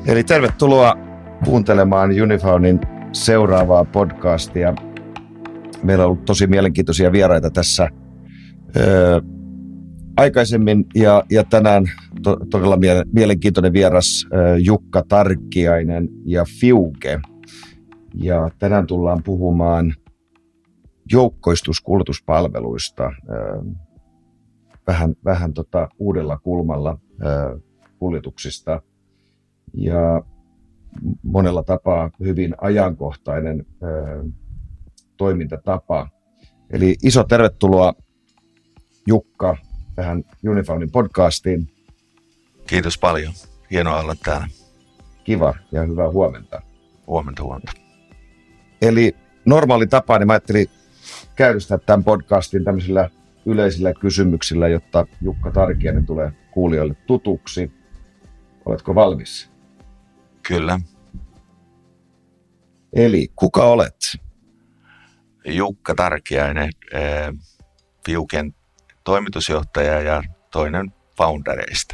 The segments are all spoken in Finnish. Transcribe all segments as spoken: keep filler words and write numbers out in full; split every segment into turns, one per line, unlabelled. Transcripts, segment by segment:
Eli tervetuloa kuuntelemaan Unifaunin seuraavaa podcastia. Meillä on ollut tosi mielenkiintoisia vieraita tässä ö, aikaisemmin ja, ja tänään to, todella mie- mielenkiintoinen vieras ö, Jukka Tarkkiainen ja Fiuke. Ja tänään tullaan puhumaan joukkoistuskuljetuspalveluista ö, vähän, vähän tota uudella kulmalla ö, kuljetuksista. Ja monella tapaa hyvin ajankohtainen ö, toimintatapa. Eli iso tervetuloa Jukka tähän Unifaunin podcastiin.
Kiitos paljon. Hienoa olla täällä.
Kiva ja hyvää huomenta.
Huomenta, huomenta.
Eli normaali tapa, niin mä ajattelin käynnistää tämän podcastin tämmöisillä yleisillä kysymyksillä, jotta Jukka Tarkkiainen tulee kuulijoille tutuksi. Oletko valmis?
Kyllä.
Eli kuka olet?
Jukka Tarkkiainen, äh, Fiuken toimitusjohtaja ja toinen foundereista.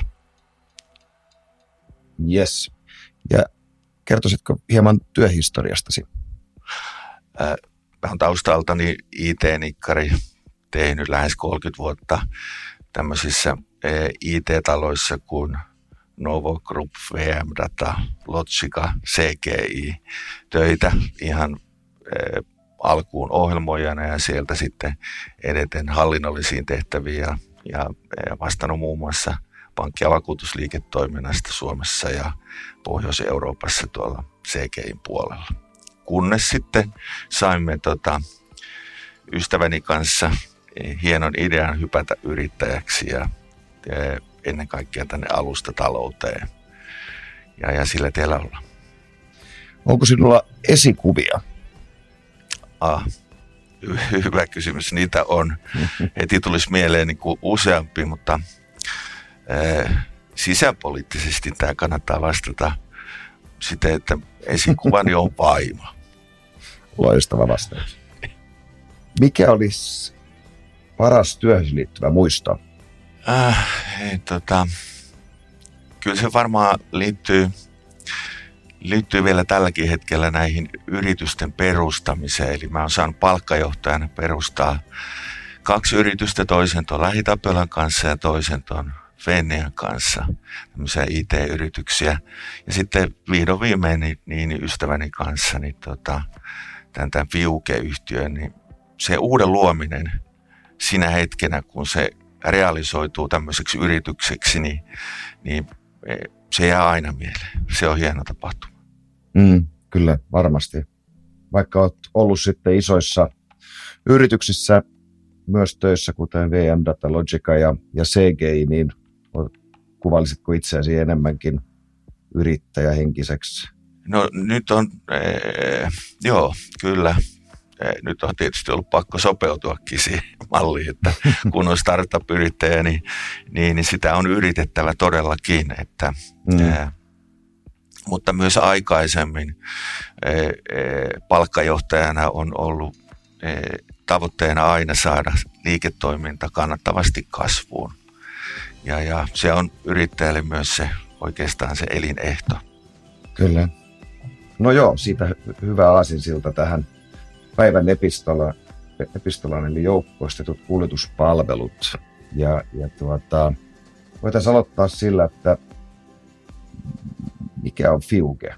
Yes. Ja kertoisitko hieman työhistoriastasi?
Äh, mä olen taustaltani I T-nikkari, tehnyt lähes kolmekymmentä vuotta tämmöisissä äh, I T-taloissa kuin Novo Group, V M Data, Logica, C G I, töitä ihan äh, alkuun ohjelmoijana ja sieltä sitten edeten hallinnollisiin tehtäviin ja, ja, ja vastannut muun muassa pankki- ja vakuutusliiketoiminnasta Suomessa ja Pohjois-Euroopassa tuolla C G I:n puolella. Kunnes sitten saimme tota, ystäväni kanssa hienon idean hypätä yrittäjäksi ja, ja ennen kaikkea tänne alustatalouteen ja, ja sillä tiellä ollaan.
Onko sinulla esikuvia?
Ah, hyvä kysymys. Niitä on. Heti tulisi mieleen niin kuin useampi, mutta ää, sisäpoliittisesti tämä kannattaa vastata siten, että esikuvani on vaimo.
Loistava vastaus. Mikä olisi paras työhön liittyvä muisto?
Äh, ei, tota, kyllä se varmaan liittyy, liittyy vielä tälläkin hetkellä näihin yritysten perustamiseen. Eli mä oon saanut palkkajohtajana perustaa kaksi yritystä, toisen tuon LähiTapiolan kanssa ja toisen tuon Fennian kanssa, tämmöisiä I T-yrityksiä. Ja sitten vihdoin viimein niin, niin ystäväni kanssa niin tota, tämän, tämän Fiuke-yhtiön, niin se uuden luominen sinä hetkenä, kun se realisoituu tämmöiseksi yritykseksi, niin, niin se jää aina mieleen. Se on hieno tapahtuma.
Mm, kyllä, varmasti. Vaikka olet ollut sitten isoissa yrityksissä myös töissä, kuten V M Data, Logica ja, ja C G I, niin kuvaillisitko itseäsi enemmänkin yrittäjähenkiseksi?
No nyt on, ee, joo, kyllä. Nyt on tietysti ollut pakko sopeutuakin siihen malliin, että kun on startup-yrittäjä, niin, niin, niin sitä on yritettävä todellakin. Että, mm. ää, mutta myös aikaisemmin ää, ää, palkkajohtajana on ollut ää, tavoitteena aina saada liiketoiminta kannattavasti kasvuun. Ja, ja se on yrittäjälle myös se oikeastaan se elinehto.
Kyllä. No joo, siitä hy- hyvä aasinsilta tähän päivän epistola, epistolaan, eli joukkoistetut kuljetuspalvelut. Ja, ja tuota, voitaisiin aloittaa sillä, että mikä on Fiuke?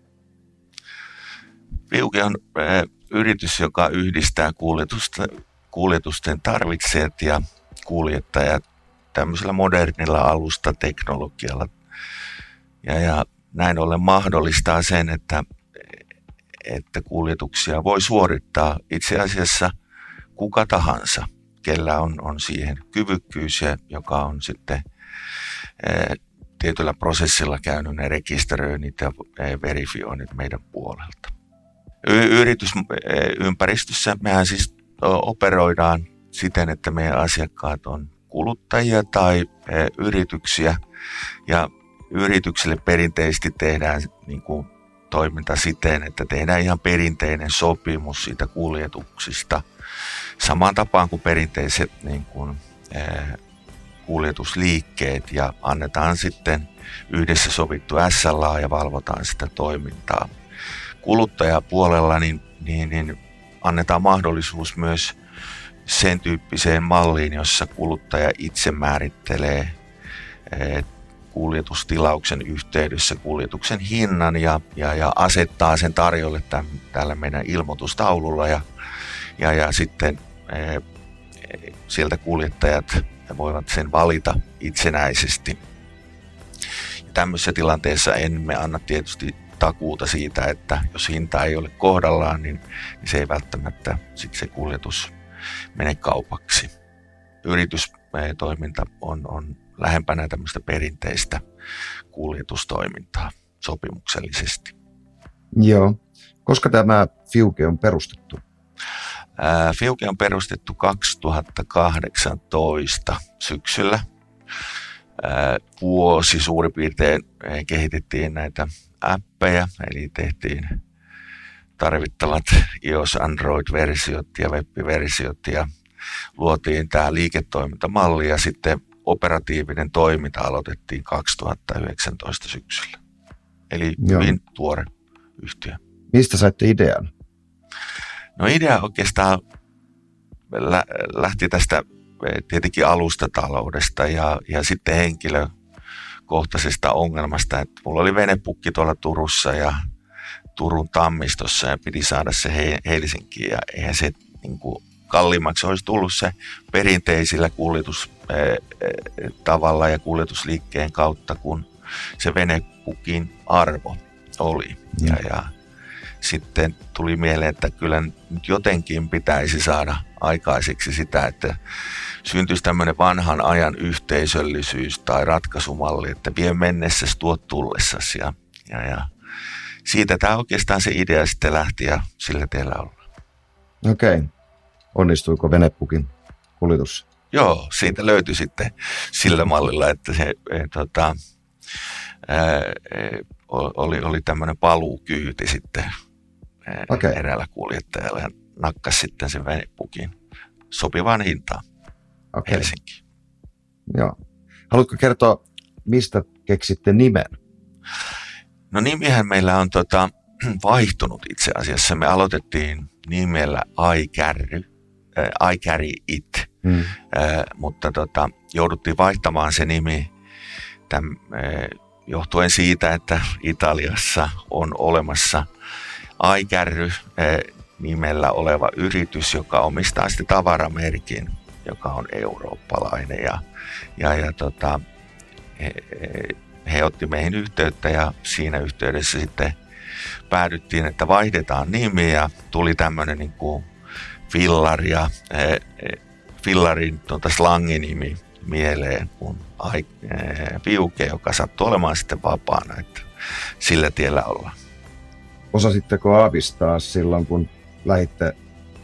Fiuke on äh, yritys, joka yhdistää kuljetusten, kuljetusten tarvitsijat ja kuljettajat tämmöisellä modernilla alustateknologialla. Ja, ja näin ollen mahdollistaa sen, että että kuljetuksia voi suorittaa itse asiassa kuka tahansa, kellä on, on siihen kyvykkyys ja joka on sitten ää, tietyllä prosessilla käynyt ne rekisteröinnit ja ää, verifioinnit meidän puolelta. Y- yritysympäristössä mehän siis operoidaan siten, että meidän asiakkaat on kuluttajia tai ää, yrityksiä ja yrityksille perinteisesti tehdään niin kuin toiminta siten, että tehdään ihan perinteinen sopimus siitä kuljetuksista. Samaan tapaan kuin perinteiset niin kuin, ää, kuljetusliikkeet ja annetaan sitten yhdessä sovittu S L A ja valvotaan sitä toimintaa. Kuluttajapuolella niin, niin, niin annetaan mahdollisuus myös sen tyyppiseen malliin, jossa kuluttaja itse määrittelee kuljetustilauksen yhteydessä kuljetuksen hinnan ja, ja, ja asettaa sen tarjolle tämän, täällä meidän ilmoitustaululla ja, ja, ja sitten e, sieltä kuljettajat voivat sen valita itsenäisesti. Ja tämmöisessä tilanteessa emme anna tietysti takuuta siitä, että jos hinta ei ole kohdallaan, niin, niin se ei välttämättä sit se kuljetus mene kaupaksi. Yritystoiminta on, on lähempänä tämmöistä perinteistä kuljetustoimintaa sopimuksellisesti.
Joo. Koska tämä Fiuke on perustettu?
Ää, Fiuke on perustettu kaksituhattakahdeksantoista syksyllä. Ää, vuosi suurin piirtein kehitettiin näitä appeja, eli tehtiin tarvittavat iOS, Android-versiot ja web-versiot ja luotiin tämä liiketoimintamalli ja sitten operatiivinen toiminta aloitettiin kaksituhattayhdeksäntoista syksyllä. Eli
Joo.
hyvin tuore yhtiö.
Mistä saitte idean?
No idea oikeastaan lä- lähti tästä tietenkin alustataloudesta ja, ja sitten henkilökohtaisesta ongelmasta, että mulla oli venepukki tuolla Turussa ja Turun Tammistossa ja piti saada se he- Helsinkiin ja eihän se niin kuin kalliimmaksi olisi tullut se perinteisillä kuljetustavalla ja kuljetusliikkeen kautta, kun se venepukin arvo oli. Mm. Ja, ja sitten tuli mieleen, että kyllä nyt jotenkin pitäisi saada aikaiseksi sitä, että syntyisi tämmöinen vanhan ajan yhteisöllisyys tai ratkaisumalli, että vie mennessä tuot tullessasi. Ja, ja, ja siitä tämä oikeastaan se idea sitten lähti ja sillä tiellä ollaan.
Okei. Okay. Onnistuiko venepukin kuljetus?
Joo, siitä löytyi sitten sillä mallilla, että se e, tota, ää, oli, oli tämmöinen paluukyyti sitten ää,
okay.
eräällä kuljettajalla ja nakkasi sitten sen venepukin sopivaan hintaan okay. Helsinkiin.
Joo. Haluatko kertoa, mistä keksitte nimen?
No nimihän meillä on tota, vaihtunut itse asiassa. Me aloitettiin nimellä iCarry, äh, iCarry It, hmm. äh, mutta tota, jouduttiin vaihtamaan se nimi täm, äh, johtuen siitä, että Italiassa on olemassa iCarry äh, nimellä oleva yritys, joka omistaa sitten tavaramerkin, joka on eurooppalainen ja, ja, ja tota, he, he otti meihin yhteyttä ja siinä yhteydessä sitten päädyttiin, että vaihdetaan nimi ja tuli tämmöinen niin kuin Fillar ja e, Fillarin tuota slanginimi mieleen, kun ai, e, Fiuke, joka sattui olemaan sitten vapaana, että sillä tiellä ollaan.
Osasitteko aavistaa silloin, kun lähditte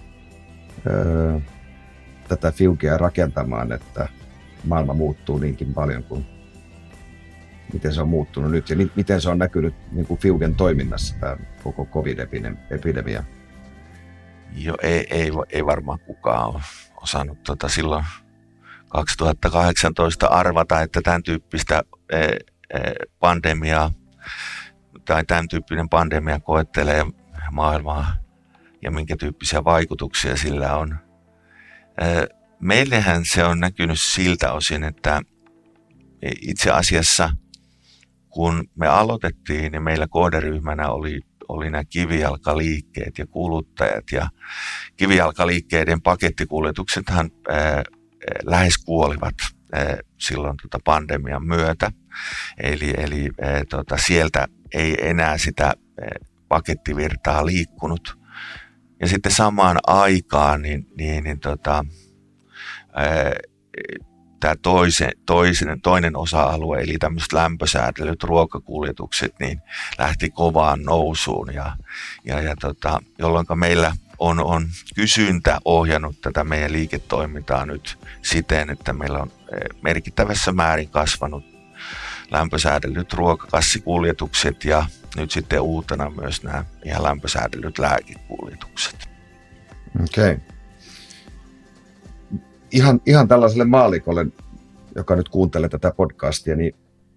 öö, tätä Fiukea rakentamaan, että maailma muuttuu niinkin paljon kuin miten se on muuttunut nyt ja miten se on näkynyt niin kuin Fiuken toiminnassa tämä koko covid-epidemia?
Joo, ei, ei, ei varmaan kukaan ole osannut tota silloin kaksituhattakahdeksantoista arvata, että tämän tyyppistä e, e, pandemiaa tai tämän tyyppinen pandemia koettelee maailmaa ja minkä tyyppisiä vaikutuksia sillä on. E, meillähän se on näkynyt siltä osin, että itse asiassa kun me aloitettiin, niin meillä kohderyhmänä oli, oli nämä kivijalkaliikkeet ja kuluttajat. Ja kivijalkaliikkeiden pakettikuljetuksethan ää, lähes kuolivat ää, silloin tota pandemian myötä. Eli, eli ää, tota, sieltä ei enää sitä ää, pakettivirtaa liikkunut. Ja sitten samaan aikaan niin, niin, niin tota, ää, tämä toisen, toisen, toinen osa-alue, eli tämmöiset lämpösäätelyt, ruokakuljetukset, niin lähti kovaan nousuun, ja, ja, ja tota, jolloin meillä on, on kysyntä ohjannut tätä meidän liiketoimintaa nyt siten, että meillä on merkittävässä määrin kasvanut lämpösäädellyt ruokakassikuljetukset ja nyt sitten uutena myös nämä ihan lämpösäädellyt lääkekuljetukset.
Okei. Okay. Ihan, ihan tällaiselle maallikolle joka nyt kuuntelee tätä podcastia, niin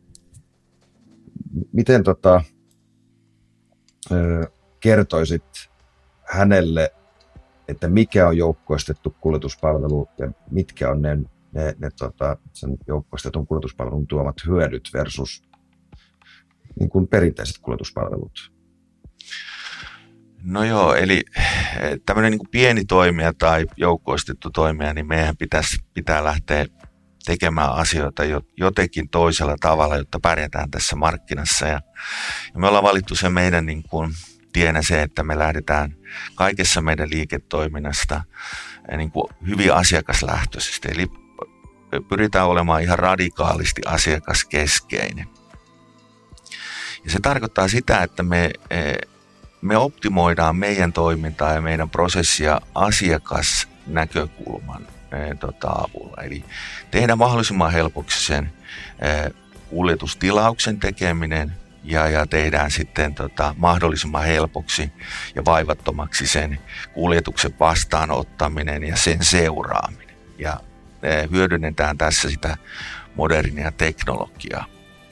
miten tota, kertoisit hänelle, että mikä on joukkoistettu kuljetuspalvelu ja mitkä on ne, ne, ne tota, sen joukkoistetun kuljetuspalvelun tuomat hyödyt versus niin kuin perinteiset kuljetuspalvelut?
No joo, eli tämmöinen niin kuin pieni toimija tai joukkoistettu toimija, niin meidän pitäisi, pitää lähteä tekemään asioita jotenkin toisella tavalla, jotta pärjätään tässä markkinassa. Ja, ja me ollaan valittu se meidän niin kuin tienä se, että me lähdetään kaikessa meidän liiketoiminnasta niin kuin hyvin asiakaslähtöisesti. Eli pyritään olemaan ihan radikaalisti asiakaskeskeinen. Ja se tarkoittaa sitä, että me, me optimoidaan meidän toimintaa ja meidän prosessia asiakasnäkökulman Tota, avulla. Eli tehdään mahdollisimman helpoksi sen eh, kuljetustilauksen tekeminen ja, ja tehdään sitten tota, mahdollisimman helpoksi ja vaivattomaksi sen kuljetuksen vastaanottaminen ja sen seuraaminen. Ja eh, hyödynnetään tässä sitä modernia teknologiaa.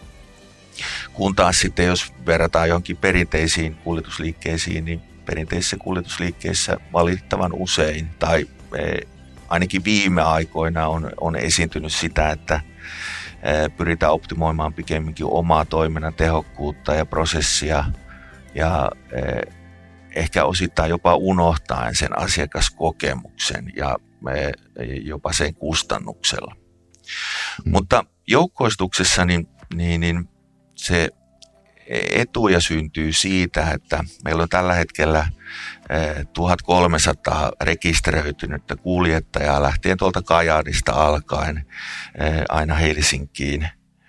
Kun taas sitten, jos verrataan johonkin perinteisiin kuljetusliikkeisiin, niin perinteisissä kuljetusliikkeissä valitettavan usein tai eh, ainakin viime aikoina on, on esiintynyt sitä, että pyritään optimoimaan pikemminkin omaa toiminnan tehokkuutta ja prosessia ja ehkä osittain jopa unohtaen sen asiakaskokemuksen ja jopa sen kustannuksella. Mm. Mutta joukkoistuksessa niin, niin, niin se etuja syntyy siitä, että meillä on tällä hetkellä tuhatkolmesataa rekisteröitynyttä kuljettajaa lähtien tuolta Kajaanista alkaen aina Helsinkiin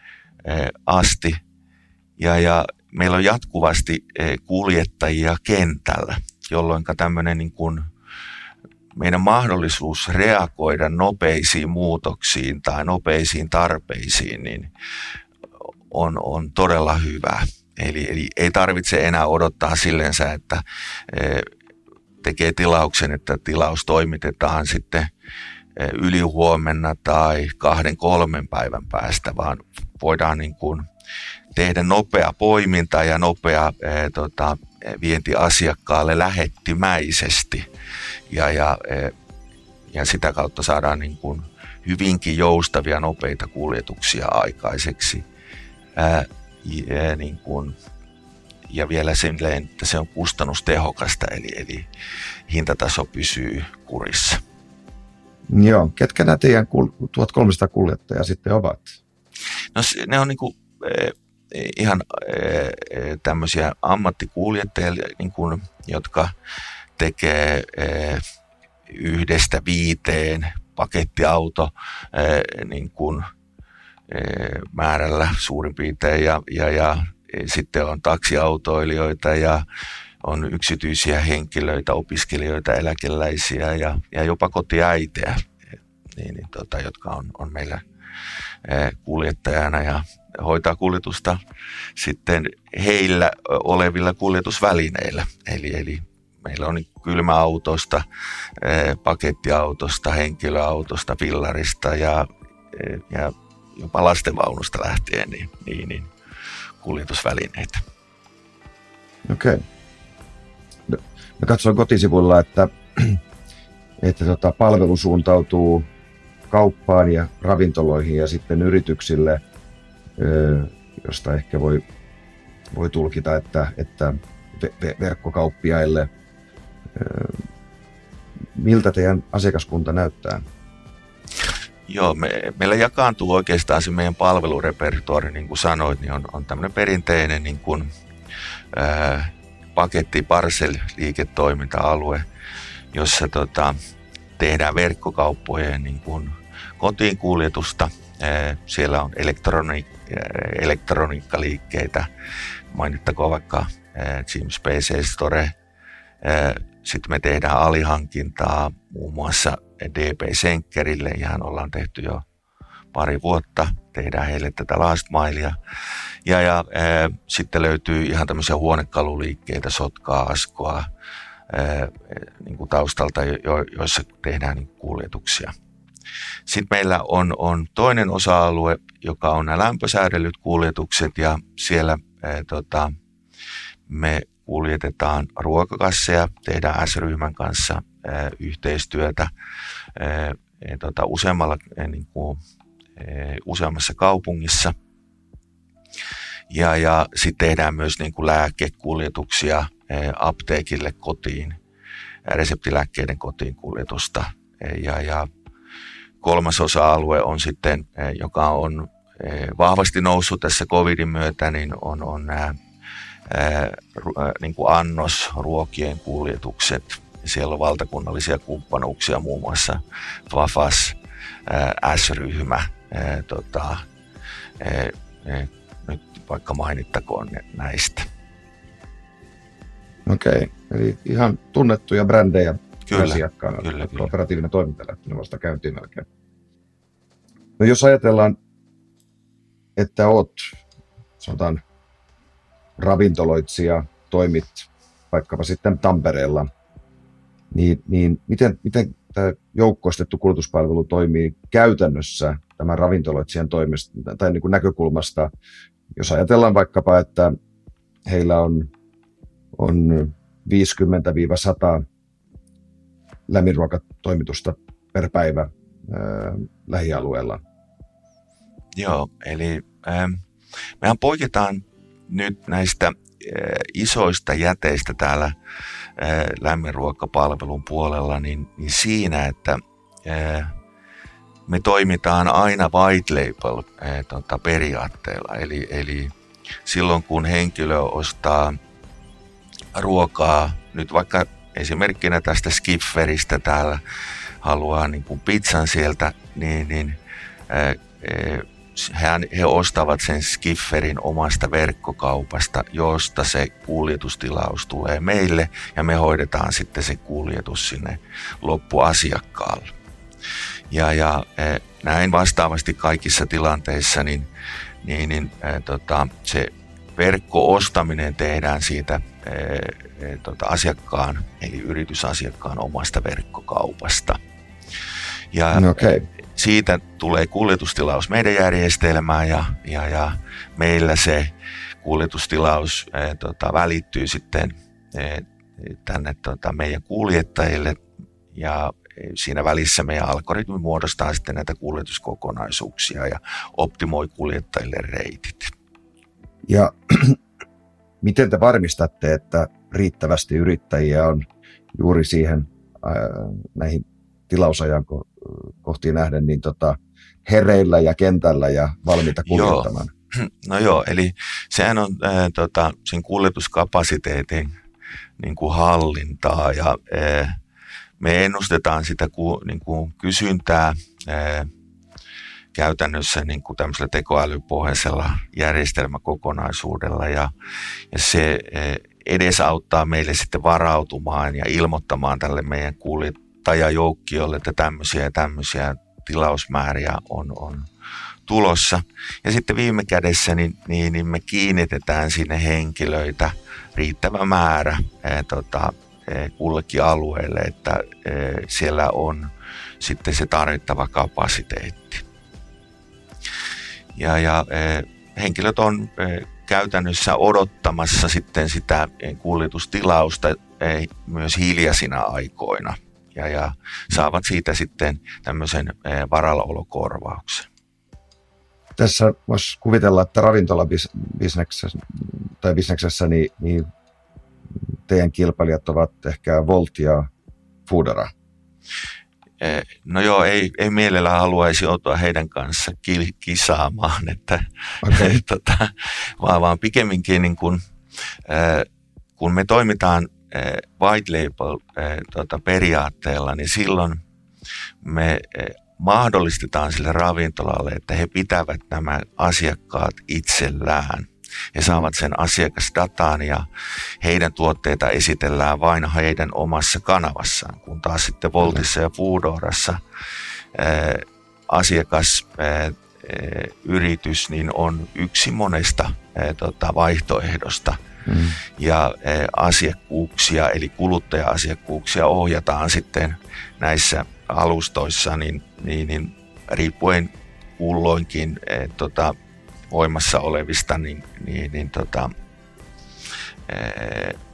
asti. Ja, ja meillä on jatkuvasti kuljettajia kentällä, jolloin tämmöinen niin kuin meidän mahdollisuus reagoida nopeisiin muutoksiin tai nopeisiin tarpeisiin niin on, on todella hyvä. Eli, eli ei tarvitse enää odottaa sillensä, että tekee tilauksen, että tilaus toimitetaan sitten ylihuomenna tai kahden kolmen päivän päästä, vaan voidaan niin kuin tehdä nopea poiminta ja nopea ää, tota, vienti asiakkaalle lähettimäisesti ja, ja, ja sitä kautta saadaan niin kuin hyvinkin joustavia, nopeita kuljetuksia aikaiseksi. Ää, ja, niin kuin, ja vielä silleen, että se on kustannustehokasta, eli, eli hintataso pysyy kurissa.
Joo, ketkä nämä teidän tuhatkolmesataa kuljettajaa sitten ovat?
No ne on niin kuin, eh, ihan eh, tämmöisiä ammattikuljettajia, niin kuin, jotka tekee eh, yhdestä viiteen pakettiauto eh, niin kuin, eh, määrällä suurin piirtein ja, ja, ja sitten on taksiautoilijoita ja on yksityisiä henkilöitä, opiskelijoita, eläkeläisiä ja, ja jopa kotiäitejä, niin, niin, tota, jotka on, on meillä kuljettajana ja hoitaa kuljetusta sitten heillä olevilla kuljetusvälineillä. Eli, eli meillä on kylmäautosta, pakettiautosta, henkilöautosta, fillarista ja, ja jopa lastenvaunusta lähtien niin, niin, niin kuljetusvälineitä.
Okei. No, mä katsoin kotisivuilla, että, että tota, palvelu suuntautuu kauppaan ja ravintoloihin ja sitten yrityksille, josta ehkä voi, voi tulkita, että, että verkkokauppiaille. Miltä teidän asiakaskunta näyttää?
Joo, me, meillä jakaantuu oikeastaan se meidän palvelurepertuaari, niin kuin sanoit, niin on, on tämmöinen perinteinen niin kuin, ää, paketti parcel-liiketoiminta-alue, jossa tota, tehdään verkkokauppojen niin kuin kotiin kuljetusta. Ää, siellä on elektroni, elektroniikkaliikkeitä, mainittakoon vaikka ää, Jim's P C Store. Ää, sitten me tehdään alihankintaa muun muassa D P Senkkerille, ihan ollaan tehty jo pari vuotta, tehdään heille tätä last milea. Ja, ja ää, sitten löytyy ihan tämmöisiä huonekaluliikkeitä, Sotkaa, Askoa, ää, niin kuin taustalta, jo, joissa tehdään niin kuljetuksia. Sitten meillä on, on toinen osa-alue, joka on nämä lämpösäädellyt kuljetukset ja siellä ää, tota, me kuljetetaan ruokakasseja, tehdään S-ryhmän kanssa ää, yhteistyötä ää, tota, useammalla, ää, niin kuin, ää, useammassa kaupungissa. Ja, ja sitten tehdään myös niin kuin lääkekuljetuksia ää, apteekille kotiin, ää, reseptilääkkeiden kotiin kuljetusta. Ja, ja kolmas osa-alue on sitten, ää, joka on ää, vahvasti noussut tässä covidin myötä, niin on, on nämä ää, niin kuin annosruokien kuljetukset. Siellä on valtakunnallisia kumppanuuksia, muun muassa Fafas, ää, S-ryhmä, ää, tota, ää, ää, nyt vaikka mainittakoon näistä.
Okei, eli ihan tunnettuja brändejä
kyllä,
asiakkaana.
Kyllä, kyllä.
Operatiivinen toiminta lähtenyt vasta käyntiin melkein. No jos ajatellaan, että oot, sanotaan, ravintoloitsija, toimit vaikkapa sitten Tampereella, niin, niin miten, miten tämä joukkoistettu kulutuspalvelu toimii käytännössä tämän ravintoloitsijan toimesta tai niin kuin näkökulmasta, jos ajatellaan vaikkapa, että heillä on, on viisikymmentä sata lämminruokatoimitusta per päivä ää, lähialueella.
Joo, eli ähm, mehän poiketaan nyt näistä äh, isoista jäteistä täällä äh, lämminruokapalvelun puolella niin, niin siinä, että äh, me toimitaan aina white label äh, tota, periaatteella. Eli, eli silloin kun henkilö ostaa ruokaa, nyt vaikka esimerkkinä tästä Skifferistä täällä haluaa niin kuin pizzan sieltä, niin, niin äh, he, he ostavat sen Skifferin omasta verkkokaupasta, josta se kuljetustilaus tulee meille ja me hoidetaan sitten se kuljetus sinne loppuasiakkaalle. Ja, ja näin vastaavasti kaikissa tilanteissa niin, niin, niin ä, tota, se verkko-ostaminen tehdään siitä ä, tota, asiakkaan eli yritysasiakkaan omasta verkkokaupasta. Ja okay. Siitä tulee kuljetustilaus meidän järjestelmään ja, ja, ja meillä se kuljetustilaus ää, tota, välittyy sitten ää, tänne tota, meidän kuljettajille ja siinä välissä meidän algoritmi muodostaa sitten näitä kuljetuskokonaisuuksia ja optimoi kuljettajille reitit.
Ja miten te varmistatte, että riittävästi yrittäjiä on juuri siihen ää, näihin tilausajan kohtiin nähden niin tota, hereillä ja kentällä ja valmiita kuljettamaan?
Joo. No joo, eli sehän on ää, tota, sen kuljetuskapasiteetin niin kuin hallintaa ja ää, me ennustetaan sitä ku, niin kuin kysyntää ää, käytännössä niin kuin tämmöisellä tekoälypohjaisella järjestelmäkokonaisuudella ja, ja se ää, edesauttaa meille sitten varautumaan ja ilmoittamaan tälle meidän kuljettajajoukkiolle, että tämmöisiä ja tämmöisiä tilausmääriä on, on tulossa. Ja sitten viime kädessä niin, niin, niin me kiinnitetään sinne henkilöitä riittävä määrä ää, tota, kullekin alueelle, että siellä on sitten se tarvittava kapasiteetti. Ja, ja henkilöt on käytännössä odottamassa sitten sitä kuljetustilausta myös hiljaisina aikoina ja, ja saavat siitä sitten tämmöisen varallaolokorvauksen.
Tässä voisi kuvitella, että ravintolabisneksessä tai bisneksessä niin, niin teidän kilpailijat ovat ehkä Wolt ja Foodora.
No joo, ei, ei mielellään haluaisi joutua heidän kanssa kisaamaan, että, okay. tota, vaan, vaan pikemminkin niin kun, kun me toimitaan white label tota, periaatteella, niin silloin me mahdollistetaan sille ravintolalle, että he pitävät nämä asiakkaat itsellään. He saavat sen asiakasdatan ja heidän tuotteita esitellään vain heidän omassa kanavassaan, kun taas sitten Woltissa ja Foodorassa ää, asiakas ää, yritys niin on yksi monesta ää, tota, vaihtoehdosta. Mm. Ja ää, asiakkuuksia eli kuluttaja-asiakkuuksia ohjataan sitten näissä alustoissa, niin, niin, niin riippuen kulloinkin eh, tota, voimassa olevista niin, niin, niin, tota, eh,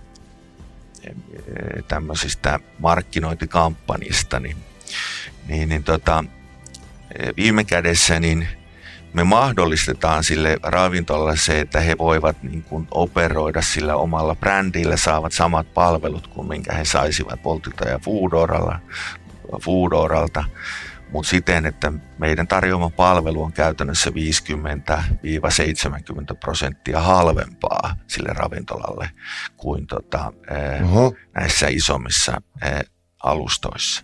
tämmöisistä markkinointikampanjista, niin, niin, niin tota, viime kädessä niin me mahdollistetaan sille ravintolalle se, että he voivat niin kuin operoida sillä omalla brändillä, saavat samat palvelut kuin minkä he saisivat Woltilta ja Foodoralla, Foodoralta, mutta siten, että meidän tarjoama palvelu on käytännössä viisikymmentä seitsemänkymmentä prosenttia halvempaa sille ravintolalle kuin tota, näissä isommissa ää, alustoissa.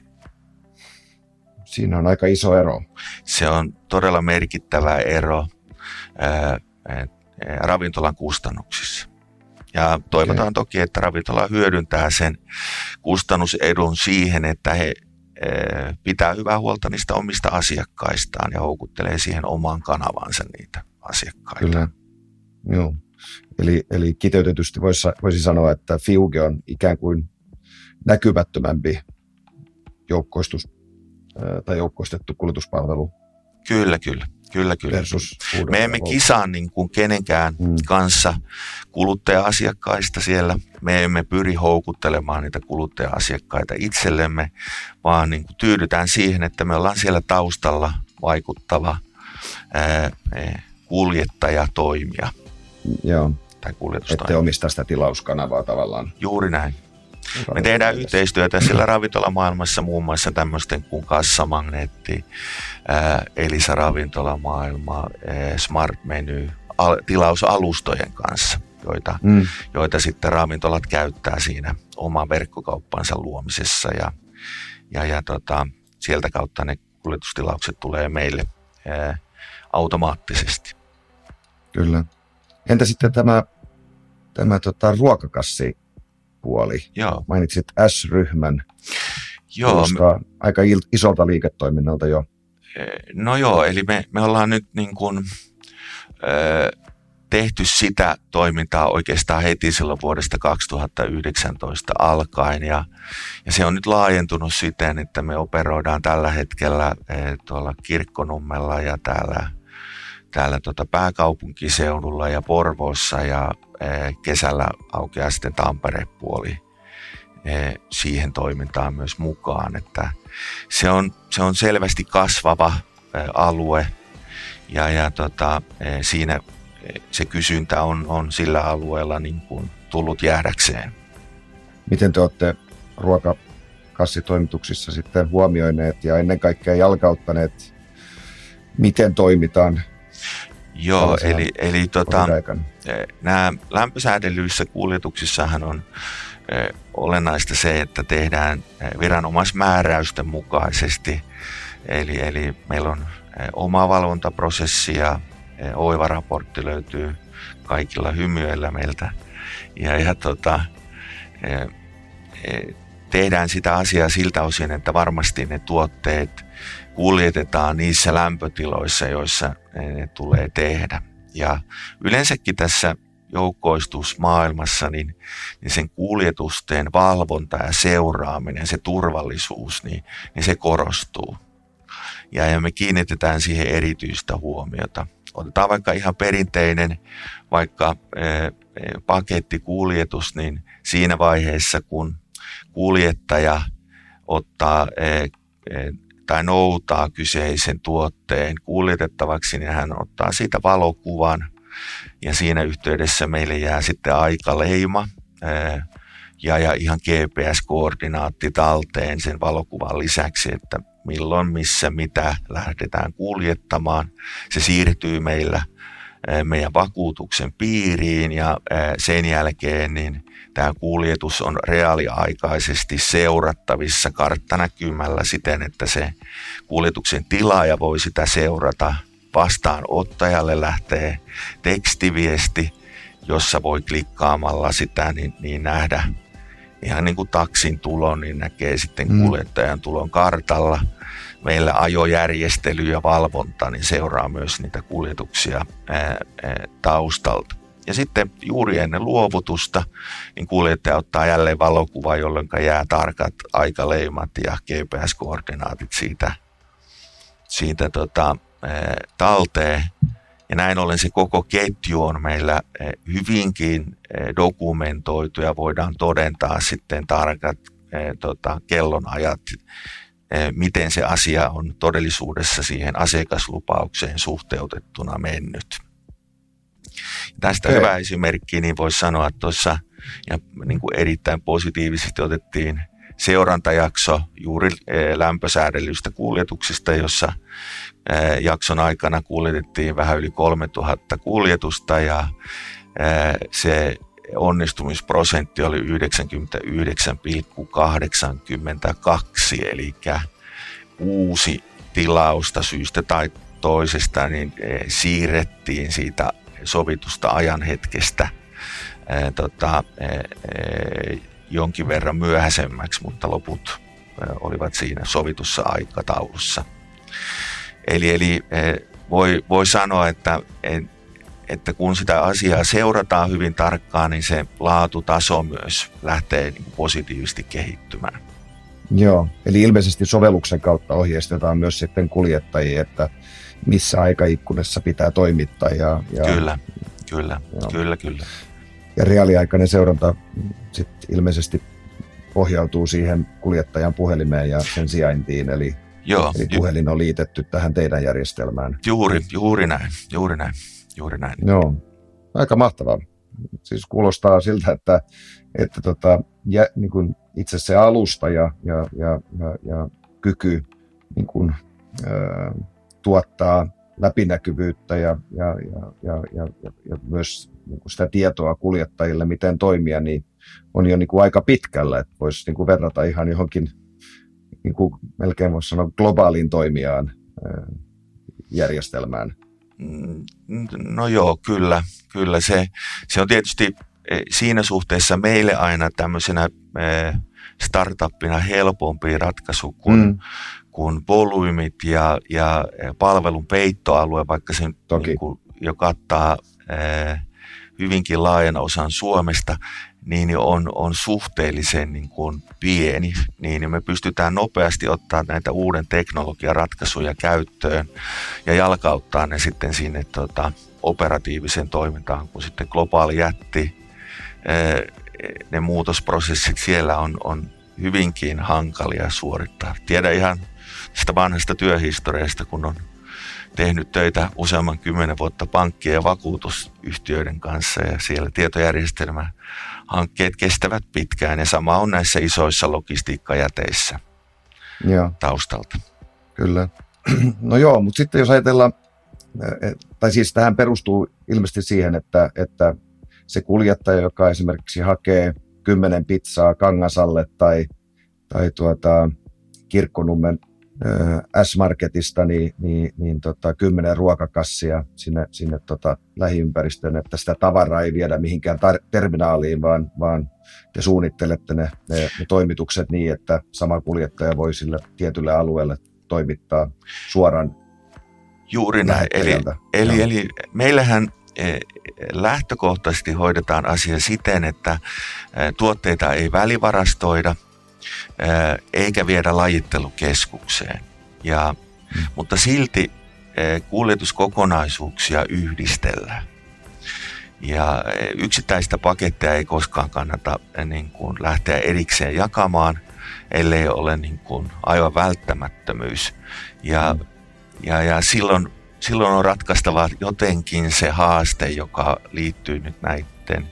Siinä on aika iso ero.
Se on todella merkittävä ero ää, ää, ravintolan kustannuksissa. Ja toivotaan okay. toki, että ravintola hyödyntää sen kustannusedun siihen, että he ää, pitää hyvää huolta niistä omista asiakkaistaan ja houkuttelee siihen omaan kanavansa niitä asiakkaita.
Kyllä, joo. Eli, eli kiteytetysti voisi, voisi sanoa, että Fiuge on ikään kuin näkymättömämpi joukkoistus tai joukkoistettu kuljetuspalvelu.
Kyllä, kyllä. Kyllä, kyllä. Me emme kisaa niin kuin kenenkään hmm. kanssa kuluttaja-asiakkaista siellä. Me emme pyri houkuttelemaan niitä kuluttaja-asiakkaita itsellemme, vaan niin kuin tyydytään siihen, että me ollaan siellä taustalla vaikuttava ää, kuljettaja, toimija.
Joo.
Tai kuljetustoimija.
Ette omistaa sitä tilauskanavaa tavallaan.
Juuri näin. Me tehdään yhteistyötä siellä ravintolamaailmassa muun muassa tämmöisten kuin Kassamagneetti, ää, Elisa ravintolamaailma, ää, Smart Menu, al- tilausalustojen kanssa, joita, mm. joita sitten ravintolat käyttää siinä oman verkkokauppansa luomisessa ja, ja, ja tota, sieltä kautta ne kuljetustilaukset tulee meille ää, automaattisesti.
Kyllä. Entä sitten tämä, tämä tota, ruokakassi? Puoli.
Joo.
Mainitsit S-ryhmän.
Joo.
Aika isolta liiketoiminnalta jo.
No joo, eli me, me ollaan nyt niin kuin, ö, tehty sitä toimintaa oikeastaan heti silloin vuodesta kaksituhattayhdeksäntoista alkaen. Ja, ja se on nyt laajentunut siten, että me operoidaan tällä hetkellä e, tuolla Kirkkonummella ja täällä, täällä tota pääkaupunkiseudulla ja Porvoossa ja kesällä aukeaa sitten Tampere-puoli siihen toimintaan myös mukaan, että se on, se on selvästi kasvava alue ja, ja tota, siinä se kysyntä on, on sillä alueella niin kuin tullut jäädäkseen.
Miten te olette ruokakassitoimituksissa sitten huomioineet ja ennen kaikkea jalkauttaneet, miten toimitaan?
Joo, eli, eli tota, nämä lämpösäädellyissä kuljetuksissahan on eh, olennaista se, että tehdään eh, viranomaismääräysten mukaisesti. Eli, eli meillä on eh, oma valvontaprosessi ja eh, oiva-raportti löytyy kaikilla hymyillä meiltä. Ja, ja tota, eh, eh, tehdään sitä asiaa siltä osin, että varmasti ne tuotteet kuljetetaan niissä lämpötiloissa, joissa ne tulee tehdä. Ja yleensäkin tässä joukkoistusmaailmassa, niin, niin sen kuljetusten valvonta ja seuraaminen, se turvallisuus, niin, niin se korostuu. Ja, ja me kiinnitetään siihen erityistä huomiota. Otetaan vaikka ihan perinteinen vaikka eh, pakettikuljetus, niin siinä vaiheessa, kun kuljettaja ottaa eh, eh, tai noutaa kyseisen tuotteen kuljetettavaksi, niin hän ottaa siitä valokuvan ja siinä yhteydessä meille jää sitten aikaleima ää, ja, ja ihan G P S-koordinaatti talteen sen valokuvan lisäksi, että milloin, missä, mitä lähdetään kuljettamaan. Se siirtyy meillä ää, meidän vakuutuksen piiriin ja ää, sen jälkeen niin tämä kuljetus on reaaliaikaisesti seurattavissa karttanäkymällä siten, että se kuljetuksen tilaaja voi sitä seurata. Vastaanottajalle lähtee tekstiviesti, jossa voi klikkaamalla sitä niin, niin nähdä ihan niin kuin taksin tulon, niin näkee sitten kuljettajan tulon kartalla. Meillä ajojärjestely ja valvonta niin seuraa myös niitä kuljetuksia ää, ää, taustalta. Ja sitten juuri ennen luovutusta niin kuljettaja ottaa jälleen valokuva, jolloin jää tarkat aikaleimat ja G P S-koordinaatit siitä, siitä tota, talteen. Ja näin ollen se koko ketju on meillä hyvinkin dokumentoitu ja voidaan todentaa sitten tarkat tota, kellonajat, miten se asia on todellisuudessa siihen asiakaslupaukseen suhteutettuna mennyt. Tästä okay. Hyvä esimerkki, niin voisi sanoa, että tuossa ja niin kuin erittäin positiivisesti otettiin seurantajakso juuri lämpösäädellystä kuljetuksista, jossa jakson aikana kuljetettiin vähän yli kolmetuhatta kuljetusta ja se onnistumisprosentti oli yhdeksänkymmentäyhdeksän pilkku kahdeksankymmentäkaksi, eli kuusi tilausta syystä tai toisesta niin siirrettiin siitä sovitusta ajanhetkestä ää, tota, ää, jonkin verran myöhäisemmäksi, mutta loput ää, olivat siinä sovitussa aikataulussa. Eli, eli ää, voi, voi sanoa, että, että kun sitä asiaa seurataan hyvin tarkkaan, niin se laatutaso myös lähtee niin kuin positiivisesti kehittymään.
Joo, eli ilmeisesti sovelluksen kautta ohjeistetaan myös sitten kuljettajia, että missä aikaikkunassa pitää toimittaa. Ja, ja,
kyllä, kyllä, joo. kyllä, kyllä.
Ja reaaliaikainen seuranta sit ilmeisesti pohjautuu siihen kuljettajan puhelimeen ja sen sijaintiin, eli, joo, eli puhelin on liitetty tähän teidän järjestelmään.
Juuri, juuri näin, juuri näin, juuri näin.
Joo, aika mahtavaa. Siis kuulostaa siltä, että, että tota, jä, niin kuin itse se alusta ja, ja, ja, ja, ja kyky niin kuin, ää, tuottaa läpinäkyvyyttä ja, ja, ja, ja, ja, ja myös niin kuin sitä tietoa kuljettajille, miten toimia, niin on jo niin kuin aika pitkällä, että voisi niin kuin verrata ihan johonkin, niin kuin melkein voisi sanoa globaaliin toimijaan ää, järjestelmään.
No joo, kyllä. kyllä. Se, se on tietysti siinä suhteessa meille aina tämmöisenä startuppina helpompi ratkaisu kuin, mm. kuin volyymit ja, ja palvelun peittoalue, vaikka se niin kuin, jo kattaa hyvinkin laajan osan Suomesta, niin on, on suhteellisen niin kuin pieni, niin me pystytään nopeasti ottaa näitä uuden teknologian ratkaisuja käyttöön ja jalkauttaa ne sitten sinne tota, operatiiviseen toimintaan, kun sitten globaali jätti, ne muutosprosessit siellä on, on hyvinkin hankalia suorittaa. Tiedän ihan sitä vanhasta työhistoriasta, kun on tehnyt töitä useamman kymmenen vuotta pankkien ja vakuutusyhtiöiden kanssa ja siellä tietojärjestelmähankkeet kestävät pitkään ja sama on näissä isoissa logistiikkajäteissä joo. taustalta.
Kyllä. No joo, mutta sitten jos ajatellaan, tai siis tähän perustuu ilmeisesti siihen, että, että se kuljettaja, joka esimerkiksi hakee kymmenen pizzaa Kangasalle tai, tai tuota, Kirkkonummen S-Marketista, niin, niin, niin tota, kymmenen ruokakassia sinne, sinne tota, lähiympäristöön, että sitä tavaraa ei viedä mihinkään tar- terminaaliin, vaan, vaan te suunnittelette ne, ne, ne toimitukset niin, että sama kuljettaja voi sille tietylle alueelle toimittaa suoraan.
Juuri näin. Eli, eli, eli meillähän lähtökohtaisesti hoidetaan asia siten, että tuotteita ei välivarastoida, eikä viedä lajittelukeskukseen. Ja, hmm. Mutta silti kuljetuskokonaisuuksia yhdistellään. Ja yksittäistä paketteja ei koskaan kannata niin kuin lähteä erikseen jakamaan, ellei ole niin kuin aivan välttämättömyys. Ja, hmm. ja, ja silloin, silloin on ratkaistava jotenkin se haaste, joka liittyy nyt näiden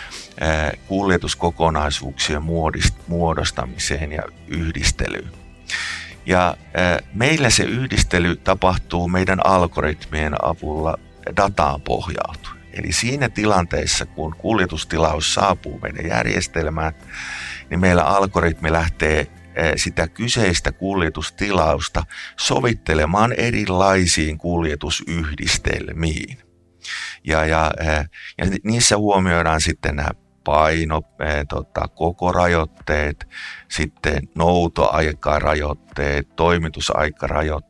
kuljetuskokonaisuuksien muodostamiseen ja yhdistelyyn. Ja meillä se yhdistely tapahtuu meidän algoritmien avulla dataan pohjautuen. Eli siinä tilanteessa, kun kuljetustilaus saapuu meidän järjestelmään, niin meillä algoritmi lähtee sitä kyseistä kuljetustilausta sovittelemaan erilaisiin kuljetusyhdistelmiin. Ja, ja, ja niissä huomioidaan sitten nämä paino, tota, koko rajoitteet, sitten noutoaikarajoitteet,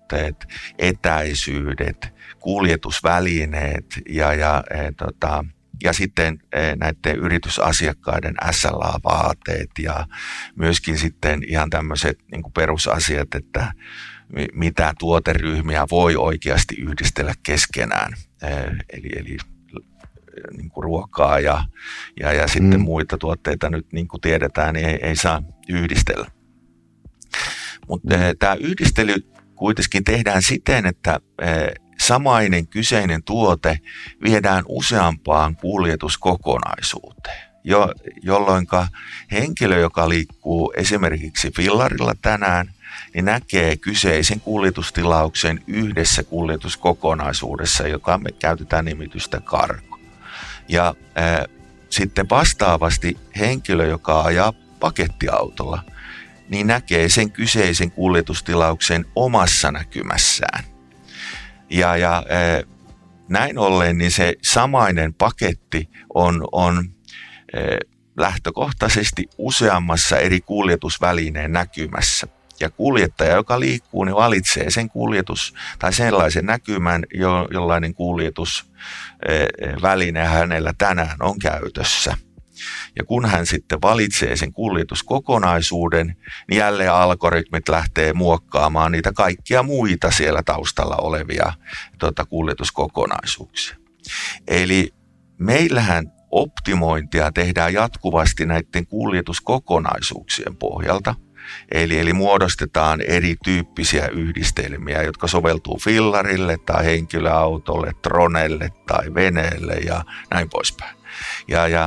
toimitusaikarajoitteet, etäisyydet, kuljetusvälineet ja, ja e, tota, ja sitten näiden yritysasiakkaiden S L A-vaateet ja myöskin sitten ihan tämmöiset niin kuin perusasiat, että mitä tuoteryhmiä voi oikeasti yhdistellä keskenään, eli, eli niin kuin ruokaa ja, ja, ja sitten mm. muita tuotteita nyt niin kuin tiedetään, niin ei, ei saa yhdistellä. Mutta mm. tämä yhdistely kuitenkin tehdään siten, että samainen kyseinen tuote viedään useampaan kuljetuskokonaisuuteen, jo, jolloin henkilö, joka liikkuu esimerkiksi fillarilla tänään, niin näkee kyseisen kuljetustilauksen yhdessä kuljetuskokonaisuudessa, joka me käytetään nimitystä kargo. Ja ää, sitten vastaavasti henkilö, joka ajaa pakettiautolla, niin näkee sen kyseisen kuljetustilauksen omassa näkymässään. Ja, ja ää, näin ollen niin se samainen paketti on, on ää, lähtökohtaisesti useammassa eri kuljetusvälineen näkymässä. Ja kuljettaja, joka liikkuu, niin valitsee sen kuljetus tai sellaisen näkymän, jo, jollainen kuljetusväline hänellä tänään on käytössä. Ja kun hän sitten valitsee sen kuljetuskokonaisuuden, niin jälleen algoritmit lähtee muokkaamaan niitä kaikkia muita siellä taustalla olevia tuota, kuljetuskokonaisuuksia. Eli meillähän optimointia tehdään jatkuvasti näiden kuljetuskokonaisuuksien pohjalta. Eli, eli muodostetaan erityyppisiä yhdistelmiä, jotka soveltuu fillarille tai henkilöautolle, tronelle tai veneelle ja näin poispäin. Ja, ja,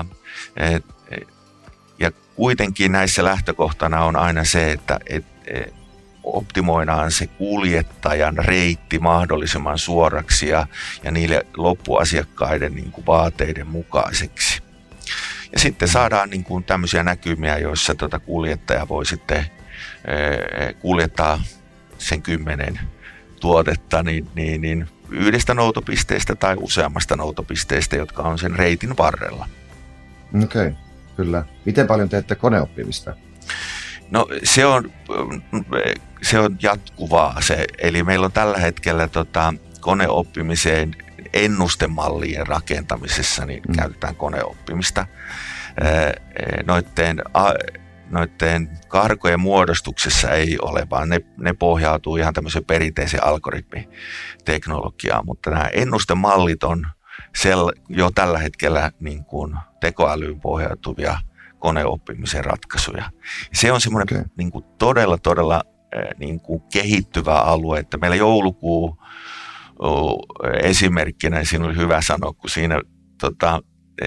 ja kuitenkin näissä lähtökohtana on aina se, että et, et, optimoidaan se kuljettajan reitti mahdollisimman suoraksi ja, ja niille loppuasiakkaiden niin kuin vaateiden mukaiseksi. Ja sitten saadaan niin kuin tämmöisiä näkymiä, joissa tuota kuljettaja voi sitten ee, kuljettaa sen kymmenen tuotetta niin, niin, niin yhdestä noutopisteestä tai useammasta noutopisteestä, jotka on sen reitin varrella.
Okei, okay, kyllä. Miten paljon teette koneoppimista?
No se on, se on jatkuvaa se. Eli meillä on tällä hetkellä tota, koneoppimiseen ennustemallien rakentamisessa niin mm. käytetään koneoppimista. Noitteen, noitteen karkojen muodostuksessa ei ole, vaan ne, ne pohjautuu ihan tämmöiseen perinteiseen algoritmiteknologiaan, mutta nämä ennustemallit on sel, jo tällä hetkellä niin kuin tekoälyyn pohjautuvia koneoppimisen ratkaisuja. Se on semmoinen okay. niin kuin todella, todella niin kuin kehittyvä alue, että meillä joulukuu esimerkkinä, siinä oli hyvä sanoa, kun siinä tota,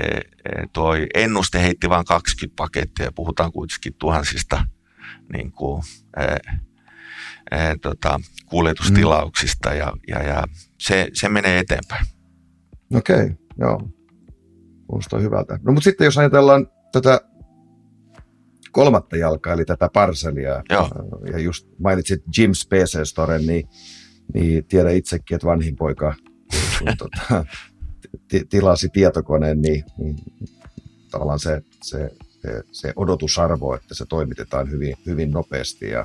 tuo ennuste heitti vain kaksikymmentä pakettia ja puhutaan kuitenkin tuhansista niin kuin, ää, ää, tota, kuljetustilauksista ja, ja, ja se, se menee eteenpäin.
Okei, okay, joo. Kuulostaa hyvältä. No mutta sitten jos ajatellaan tätä kolmatta jalkaa, eli tätä parselia, joo. ja just mainitsit Jim's P C Storen, niin Niin tiedän itsekin, että vanhin poika kun, tota, t- tilasi tietokoneen, niin, niin tavallaan se, se, se, se odotusarvo, että se toimitetaan hyvin, hyvin nopeasti. Ja,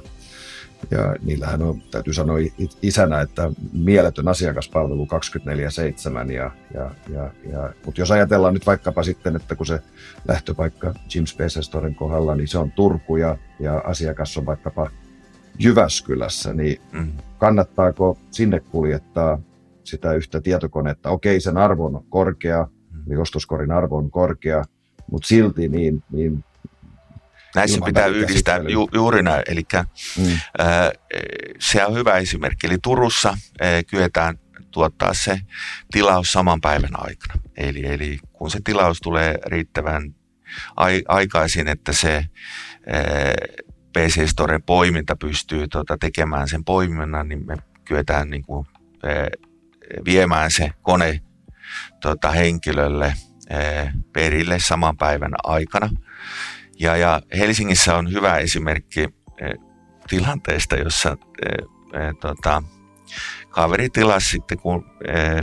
ja niillähän on, täytyy sanoa isänä, että mieletön asiakaspalvelu kaksikymmentäneljä seitsemän. Ja, ja, ja, ja, mutta jos ajatellaan nyt vaikkapa sitten, että kun se lähtöpaikka Jim's P C Storen kohdalla, niin se on Turku ja, ja asiakas on vaikkapa Jyväskylässä, niin mm. kannattaako sinne kuljettaa sitä yhtä tietokonetta? Okei, sen arvo on korkea, mm. eli ostoskorin arvo on korkea, mutta silti niin... niin
näissä pitää yhdistää ju, juuri näin, eli mm. äh, se on hyvä esimerkki. Eli Turussa äh, kyetään tuottaa se tilaus saman päivän aikana. Eli, eli kun se tilaus tulee riittävän ai, aikaisin, että se... Äh, P C Storen poiminta pystyy tuota, tekemään sen poiminnan, niin me kyetään niin kuin, e, viemään se kone tuota, henkilölle e, perille saman päivän aikana. Ja, ja Helsingissä on hyvä esimerkki e, tilanteesta, jossa e, e, tota, kaveri tilasi sitten, kun e,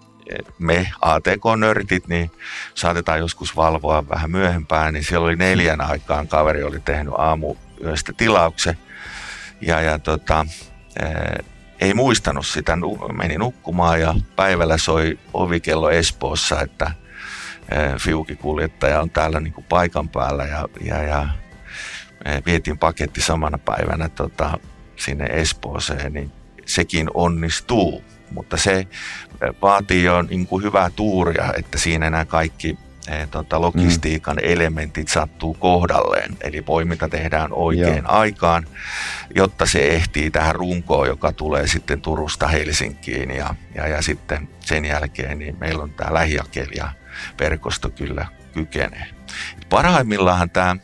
me A T K-nörtit, niin saatetaan joskus valvoa vähän myöhempään, niin siellä oli neljän aikaan kaveri oli tehnyt aamu yöstä tilauksen ja, ja tota, ää, ei muistanut sitä, meni nukkumaan ja päivällä soi ovikello Espoossa, että Fiuki-kuljettaja on täällä niin kuin paikan päällä ja, ja, ja vietiin paketti samana päivänä tota, sinne Espooseen, niin sekin onnistuu, mutta se vaatii jo niin kuin hyvää tuuria, että siinä nämä kaikki eh, tota, logistiikan mm. elementit sattuu kohdalleen, eli poiminta tehdään oikein Joo. aikaan, jotta se ehtii tähän runkoon, joka tulee sitten Turusta Helsinkiin ja, ja, ja sitten sen jälkeen niin meillä on tämä lähijakelija verkosto kyllä kykenee. Parhaimmillaan tämä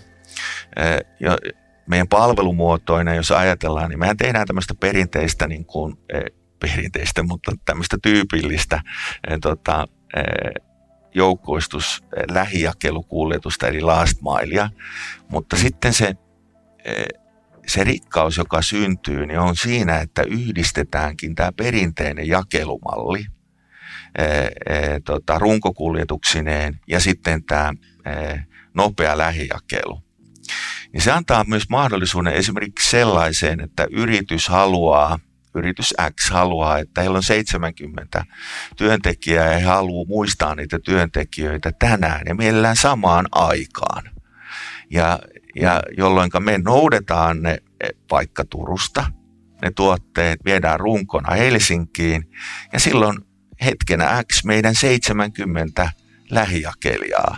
eh, meidän palvelumuotoinen, jos ajatellaan, niin mehän tehdään tämmöistä perinteistä, niin kuin, eh, perinteistä, mutta tämmöistä tyypillistä eh, tota, eh, joukkoistus, eh, lähijakelukuljetusta, eli last milea, mutta sitten se, eh, se rikkaus, joka syntyy, niin on siinä, että yhdistetäänkin tämä perinteinen jakelumalli eh, eh, tota, runkokuljetuksineen ja sitten tämä eh, nopea lähijakelu. Niin se antaa myös mahdollisuuden esimerkiksi sellaiseen, että yritys haluaa, yritys X haluaa, että heillä on seitsemänkymmentä työntekijää ja he haluaa muistaa niitä työntekijöitä tänään ja mielellään samaan aikaan. Ja, ja jolloin me noudetaan ne vaikka Turusta, ne tuotteet viedään runkona Helsinkiin ja silloin hetkenä X meidän seitsemänkymmentä lähijakelijaa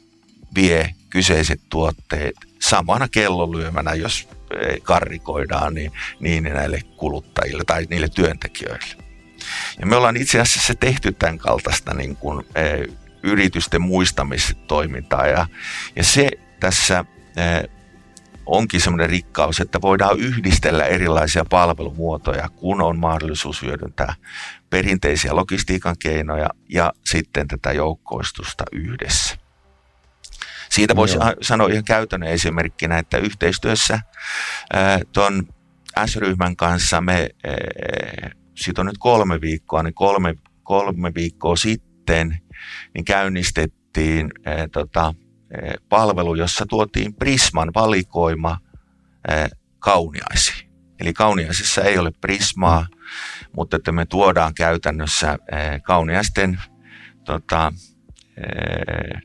vie kyseiset tuotteet samana kellonlyömänä, jos karrikoidaan, niin, niin näille kuluttajille tai niille työntekijöille. Ja me ollaan itse asiassa tehty tämän kaltaista niin kuin, e, yritysten muistamistoimintaa ja, ja se tässä e, onkin semmoinen rikkaus, että voidaan yhdistellä erilaisia palvelumuotoja, kun on mahdollisuus hyödyntää perinteisiä logistiikan keinoja ja sitten tätä joukkoistusta yhdessä. Siitä voisi Joo. sanoa ihan käytännön esimerkkinä, että yhteistyössä tuon S-ryhmän kanssa me, ää, siitä on nyt kolme viikkoa, niin kolme, kolme viikkoa sitten niin käynnistettiin ää, tota, ää, palvelu, jossa tuotiin Prisman valikoima ää, Kauniaisiin. Eli Kauniaisissa ei ole Prismaa, mutta että me tuodaan käytännössä ää, Kauniaisten tota, ää,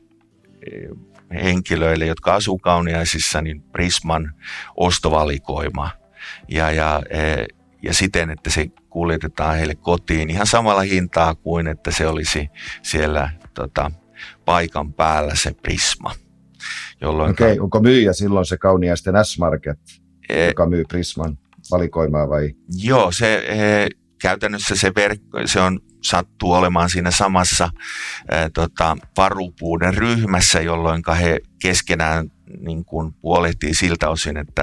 henkilöille, jotka asuu Kauniaisissa, niin Prisman ostovalikoima ja, ja, ja siten, että se kuljetetaan heille kotiin ihan samalla hintaa kuin että se olisi siellä tota, paikan päällä se Prisma.
Jolloinka, Okei, onko myyjä silloin se Kauniaisten S-Market, e, joka myy Prisman valikoimaa vai?
Joo, se e, käytännössä se, verkko, se on sattuu olemaan siinä samassa ää, tota, varupuuden ryhmässä, jolloin he keskenään niin kuin huolehtii siltä osin, että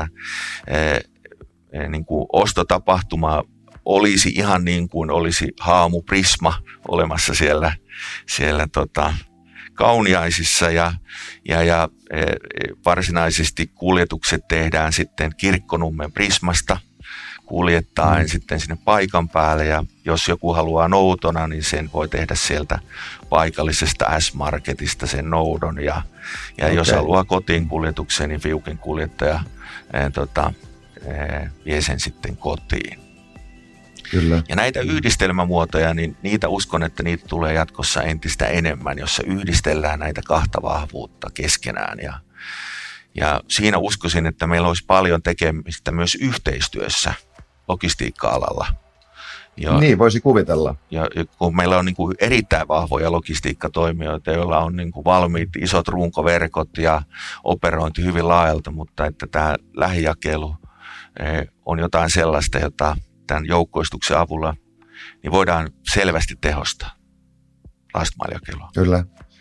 ää, niin kuin ostotapahtuma olisi ihan niin kuin olisi Haamu Prisma olemassa siellä, siellä tota, Kauniaisissa ja, ja, ja ää, varsinaisesti kuljetukset tehdään sitten Kirkkonummen Prismasta kuljettaen mm. sitten sinne paikan päälle ja jos joku haluaa noutona, niin sen voi tehdä sieltä paikallisesta S-Marketista sen noudon ja, ja okay. jos haluaa kotiin kuljetukseen, niin Fiukin kuljettaja ää, tota, ää, vie sen sitten kotiin.
Kyllä.
Ja näitä yhdistelmämuotoja, niin niitä uskon, että niitä tulee jatkossa entistä enemmän, jossa yhdistellään näitä kahta vahvuutta keskenään ja Ja siinä uskoisin, että meillä olisi paljon tekemistä myös yhteistyössä logistiikka-alalla.
Ja, niin, voisi kuvitella.
Ja kun meillä on niin kuin erittäin vahvoja logistiikkatoimijoita, joilla on niin kuin valmiit isot runkoverkot ja operointi hyvin laajalta, mutta että tämä lähijakelu on jotain sellaista, jota tämän joukkoistuksen avulla niin voidaan selvästi tehostaa last mile-jakelua.
Kyllä.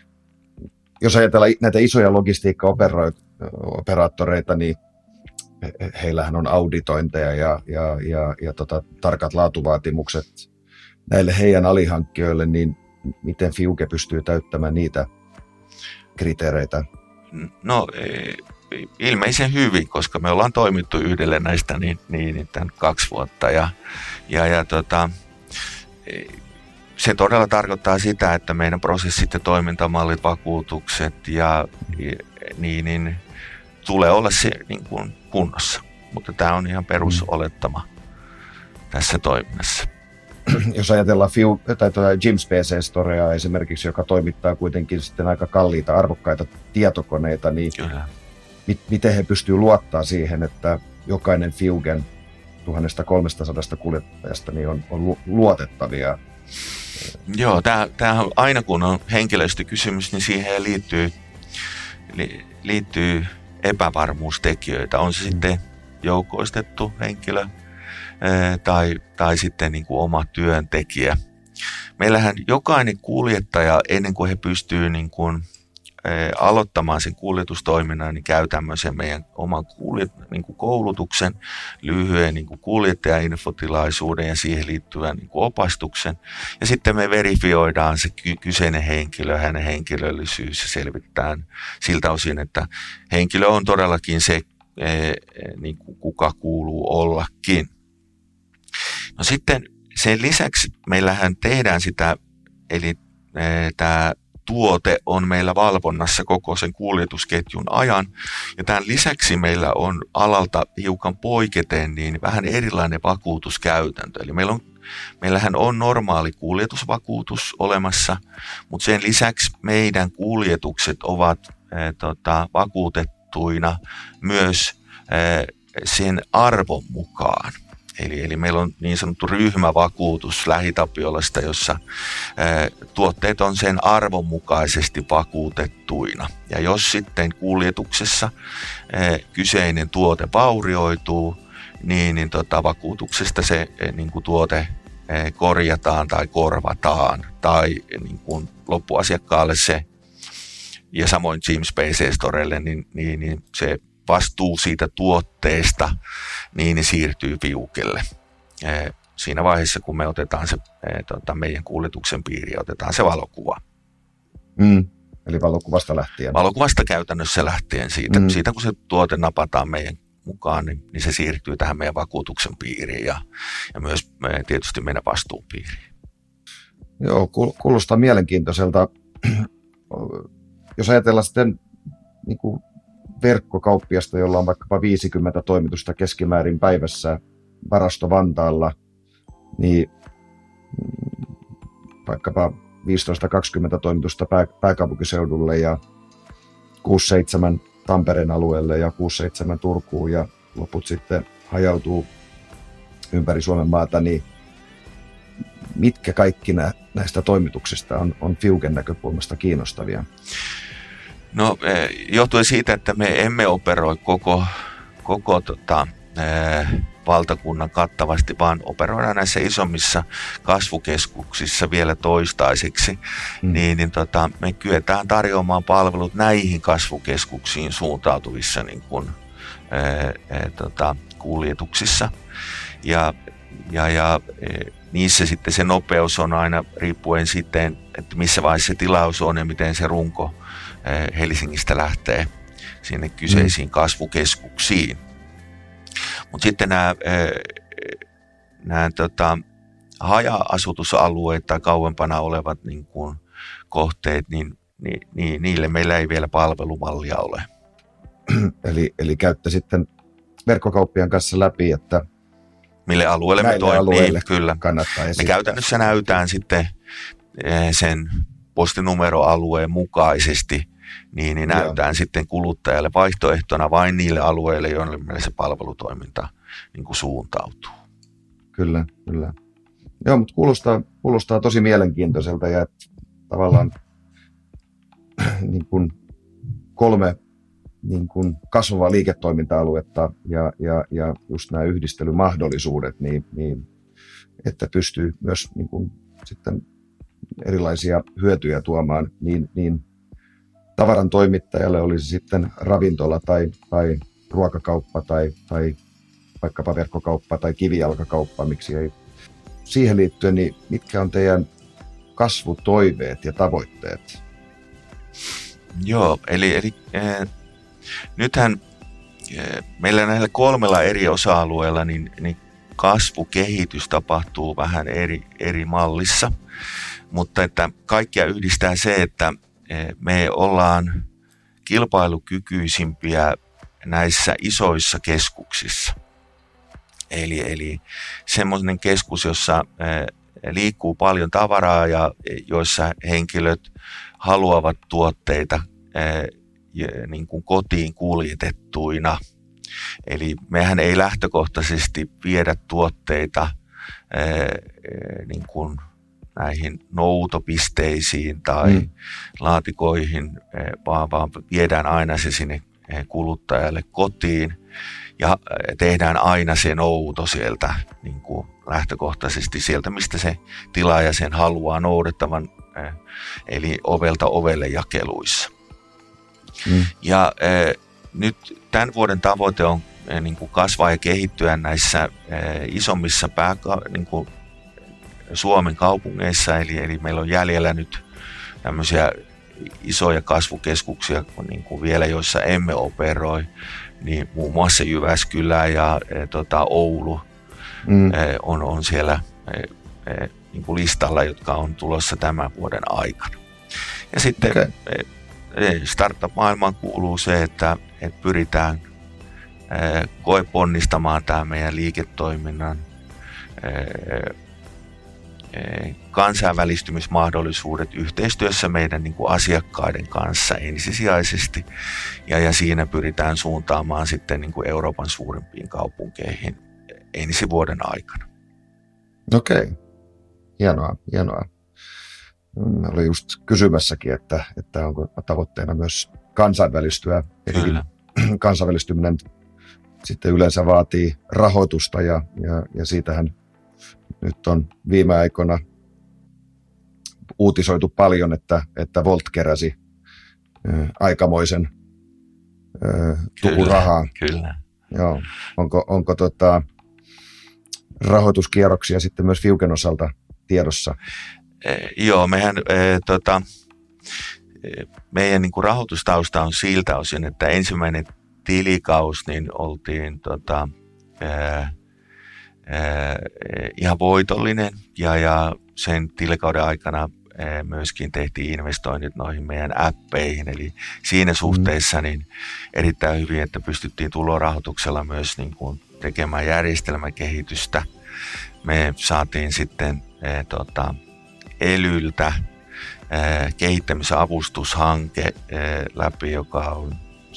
Jos ajatellaan näitä isoja logistiikkaoperaattoreita, niin heillähän on auditointeja ja, ja, ja, ja tota, tarkat laatuvaatimukset näille heidän alihankkijoille, niin miten Fiuke pystyy täyttämään niitä kriteereitä?
No ilmeisen hyvin, koska me ollaan toimittu yhdelle näistä niin, niin tämän kaksi vuotta ja, ja, ja tota, se todella tarkoittaa sitä, että meidän prosessit ja toimintamallit, vakuutukset ja, ja niin, niin tulee olla se niin kuin kunnossa, mutta tämä on ihan perusolettama tässä toiminnassa.
jos ajatellaan Fiu, tai tuota Jims P C Storea esimerkiksi, joka toimittaa kuitenkin sitten aika kalliita, arvokkaita tietokoneita, niin mit, miten he pystyvät luottaa siihen, että jokainen Fiugen tuhatkolmesataa kuljettajasta niin on, on luotettavia?
Joo, tämähän aina kun on henkilöstökysymys, niin siihen liittyy, li, liittyy epävarmuustekijöitä. On se mm. sitten joukoistettu henkilö tai, tai sitten niin kuin oma työntekijä. Meillähän jokainen kuljettaja, ennen kuin he pystyy niin kuin, ä, aloittamaan sen kuljetustoiminnan, niin käy tämmöisen meidän oman kuljet, niin kuin koulutuksen, lyhyen niin kuin kuljettajainfotilaisuuden ja siihen liittyvän niin kuin opastuksen. Ja sitten me verifioidaan se ky- kyseinen henkilö, hänen henkilöllisyys ja selvitetään siltä osin, että henkilö on todellakin se, ä, niin kuin kuka kuuluu ollakin. No sitten sen lisäksi meillähän tehdään sitä, eli e, tämä tuote on meillä valvonnassa koko sen kuljetusketjun ajan. Ja tämän lisäksi meillä on alalta hiukan poiketen niin vähän erilainen vakuutuskäytäntö. Eli meillä on, meillähän on normaali kuljetusvakuutus olemassa, mutta sen lisäksi meidän kuljetukset ovat e, tota, vakuutettuina myös e, sen arvon mukaan. Eli, eli meillä on niin sanottu ryhmävakuutus Lähitapiolasta, jossa ää, tuotteet on sen arvon mukaisesti vakuutettuina. Ja jos sitten kuljetuksessa ää, kyseinen tuote vaurioituu, niin, niin tota, vakuutuksesta se ää, niin kuin tuote ää, korjataan tai korvataan. Tai niin kuin loppuasiakkaalle se, ja samoin Jims P C Storelle, niin, niin, niin se vastuu siitä tuotteesta niin siirtyy Fiugelle. Siinä vaiheessa, kun me otetaan se tota, meidän kuljetuksen piiriin, otetaan se valokuva.
Mm, eli valokuvasta lähtien.
Valokuvasta käytännössä lähtien siitä, mm. siitä kun se tuote napataan meidän mukaan, niin, niin se siirtyy tähän meidän vakuutuksen piiriin ja, ja myös me, tietysti meidän vastuun piiriin.
Joo, kuulostaa mielenkiintoiselta. Jos ajatellaan sitten niin kuin verkkokauppiasta, jolla on vaikkapa viisikymmentä toimitusta keskimäärin päivässä varasto Vantaalla, niin vaikkapa viisitoista kaksikymmentä toimitusta pää, pääkaupunkiseudulle ja kuusi seitsemän Tampereen alueelle ja kuusi seitsemän Turkuun ja loput sitten hajautuu ympäri Suomen maata, niin mitkä kaikki nä, näistä toimituksista on, on Fiugen näkökulmasta kiinnostavia?
No johtuen siitä, että me emme operoi koko, koko tota, eh, valtakunnan kattavasti, vaan operoidaan näissä isommissa kasvukeskuksissa vielä toistaiseksi, hmm. niin, niin tota, me kyetään tarjoamaan palvelut näihin kasvukeskuksiin suuntautuvissa niin kuin, eh, eh, tota, kuljetuksissa. Ja, ja, ja eh, niissä sitten se nopeus on aina riippuen sitten, että missä vaiheessa se tilaus on ja miten se runko Helsingistä lähtee sinne kyseisiin mm. kasvukeskuksiin. Mutta sitten nämä, nämä tota, haja-asutusalueet tai kauempana olevat niin kuin, kohteet, niin, niin, niin niille meillä ei vielä palvelumallia ole.
Eli, eli käytte sitten verkkokauppien kanssa läpi, että
mille alueelle me toimii, kyllä.
Kannattaa esittää.
Me käytännössä näytään sitten sen postinumeroalueen mukaisesti, niin, niin näytään sitten kuluttajalle vaihtoehtona vain niille alueille, joille meillä se palvelutoiminta niin kuin suuntautuu.
Kyllä, kyllä. Joo, mutta kuulostaa, kuulostaa tosi mielenkiintoiselta ja tavallaan niin kuin kolme niin kuin kasvavaa liiketoiminta-aluetta ja, ja, ja just nämä yhdistelymahdollisuudet, niin, niin että pystyy myös niin kuin sitten erilaisia hyötyjä tuomaan niin, niin tavaran toimittajalle, olisi sitten ravintola tai, tai ruokakauppa tai, tai vaikkapa verkkokauppa tai kivijalkakauppa, miksi ei. Siihen liittyen, niin mitkä on teidän kasvutoiveet ja tavoitteet?
Joo, eli, eli äh, nythän äh, meillä näillä kolmella eri osa-alueella niin, niin kasvukehitys tapahtuu vähän eri, eri mallissa. Mutta että kaikkia yhdistää se, että me ollaan kilpailukykyisimpiä näissä isoissa keskuksissa. Eli, eli semmoinen keskus, jossa liikkuu paljon tavaraa, ja joissa henkilöt haluavat tuotteita niin kuin kotiin kuljetettuina. Eli mehän ei lähtökohtaisesti viedä tuotteita niin kuin näihin noutopisteisiin tai mm. laatikoihin, vaan, vaan viedään aina se sinne kuluttajalle kotiin ja tehdään aina se nouto sieltä niin kuin lähtökohtaisesti sieltä, mistä se tilaaja sen haluaa noudattavan, eli ovelta ovelle jakeluissa. Mm. Ja eh, nyt tämän vuoden tavoite on eh, niin kuin kasvaa ja kehittyä näissä eh, isommissa pääka- niin kuin Suomen kaupungeissa, eli, eli meillä on jäljellä nyt tämmöisiä isoja kasvukeskuksia, niin kuin vielä joissa emme operoi, niin muun muassa Jyväskylä ja e, tota, Oulu mm. e, on, on siellä e, e, niin kuin listalla, jotka on tulossa tämän vuoden aikana. Ja sitten okay. e, startup-maailmaan kuuluu se, että, että pyritään e, koeponnistamaan tämä meidän liiketoiminnan e, kansainvälistymismahdollisuudet yhteistyössä meidän niin kuin asiakkaiden kanssa ensisijaisesti, ja, ja siinä pyritään suuntaamaan sitten niin kuin Euroopan suurimpiin kaupunkeihin ensi vuoden aikana.
Okei, hienoa, hienoa. Mä olin just kysymässäkin, että, että onko tavoitteena myös kansainvälistyä.
Kyllä.
Kansainvälistyminen sitten yleensä vaatii rahoitusta, ja, ja, ja siitähän nyt on viime aikoina uutisoitu paljon, että, että Volt keräsi ö, aikamoisen ö, tukun rahaa.
Kyllä.
Joo. Onko, onko tota, rahoituskierroksia sitten myös Fiuken osalta tiedossa?
E, joo, mehän e, tota, e, meidän niin kuin rahoitustausta on siltä osin, että ensimmäinen tilikaus niin oltiin tota, e, Eh, ihan voitollinen, ja, ja sen tilikauden aikana eh, myöskin tehtiin investoinnit noihin meidän appeihin, eli siinä suhteessa niin erittäin hyvin, että pystyttiin tulorahoituksella myös niin kuin tekemään järjestelmäkehitystä. Me saatiin sitten eh, tota, Elyltä eh, kehittämisavustushanke eh, läpi, joka on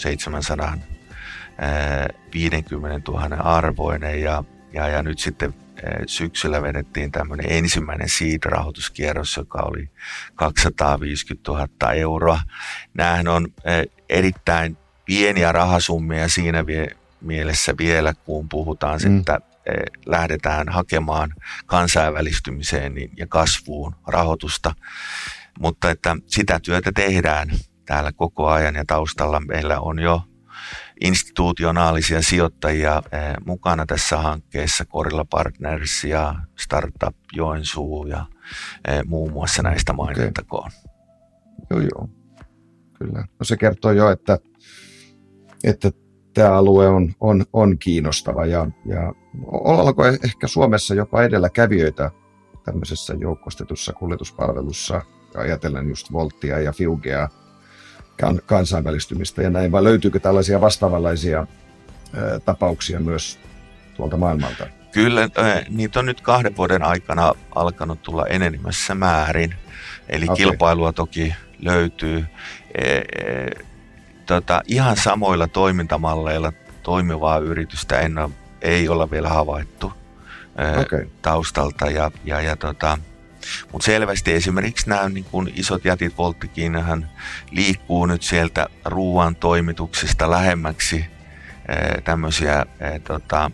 seitsemänsataaviisikymmentätuhatta arvoinen, ja Ja, ja nyt sitten syksyllä vedettiin tämmöinen ensimmäinen seed-rahoituskierros, joka oli kaksisataaviisikymmentätuhatta euroa. Nämähän on erittäin pieniä rahasummia siinä vie, mielessä vielä, kun puhutaan, mm. että lähdetään hakemaan kansainvälistymiseen ja kasvuun rahoitusta. Mutta että sitä työtä tehdään täällä koko ajan, ja taustalla meillä on jo institutionaalisia sijoittajia eh, mukana tässä hankkeessa, Korilla Partners ja Startup Joensuu ja eh, muun muassa näistä mainittakoon.
Okay. Joo, joo. Kyllä. No se kertoo jo, että, että tämä alue on, on, on kiinnostava, ja, ja ollaanko ehkä Suomessa jopa edelläkävijöitä tämmöisessä joukkostetussa kuljetuspalvelussa, ajatellen just Volttia ja Fiugea, kansainvälistymistä ja näin, vai löytyykö tällaisia vastaavanlaisia ä, tapauksia myös tuolta maailmalta?
Kyllä, niitä on nyt kahden vuoden aikana alkanut tulla enenemässä määrin, eli okay. Kilpailua toki löytyy. E, e, tota, ihan samoilla toimintamalleilla toimivaa yritystä en ole, ei olla vielä havaittu e, okay. taustalta, ja, ja, ja tota, mutta selvästi esimerkiksi nämä niin kun isot jätit, Volttikin, hän liikkuu nyt sieltä ruoan toimituksesta lähemmäksi ää, tämmöisiä ää, tota,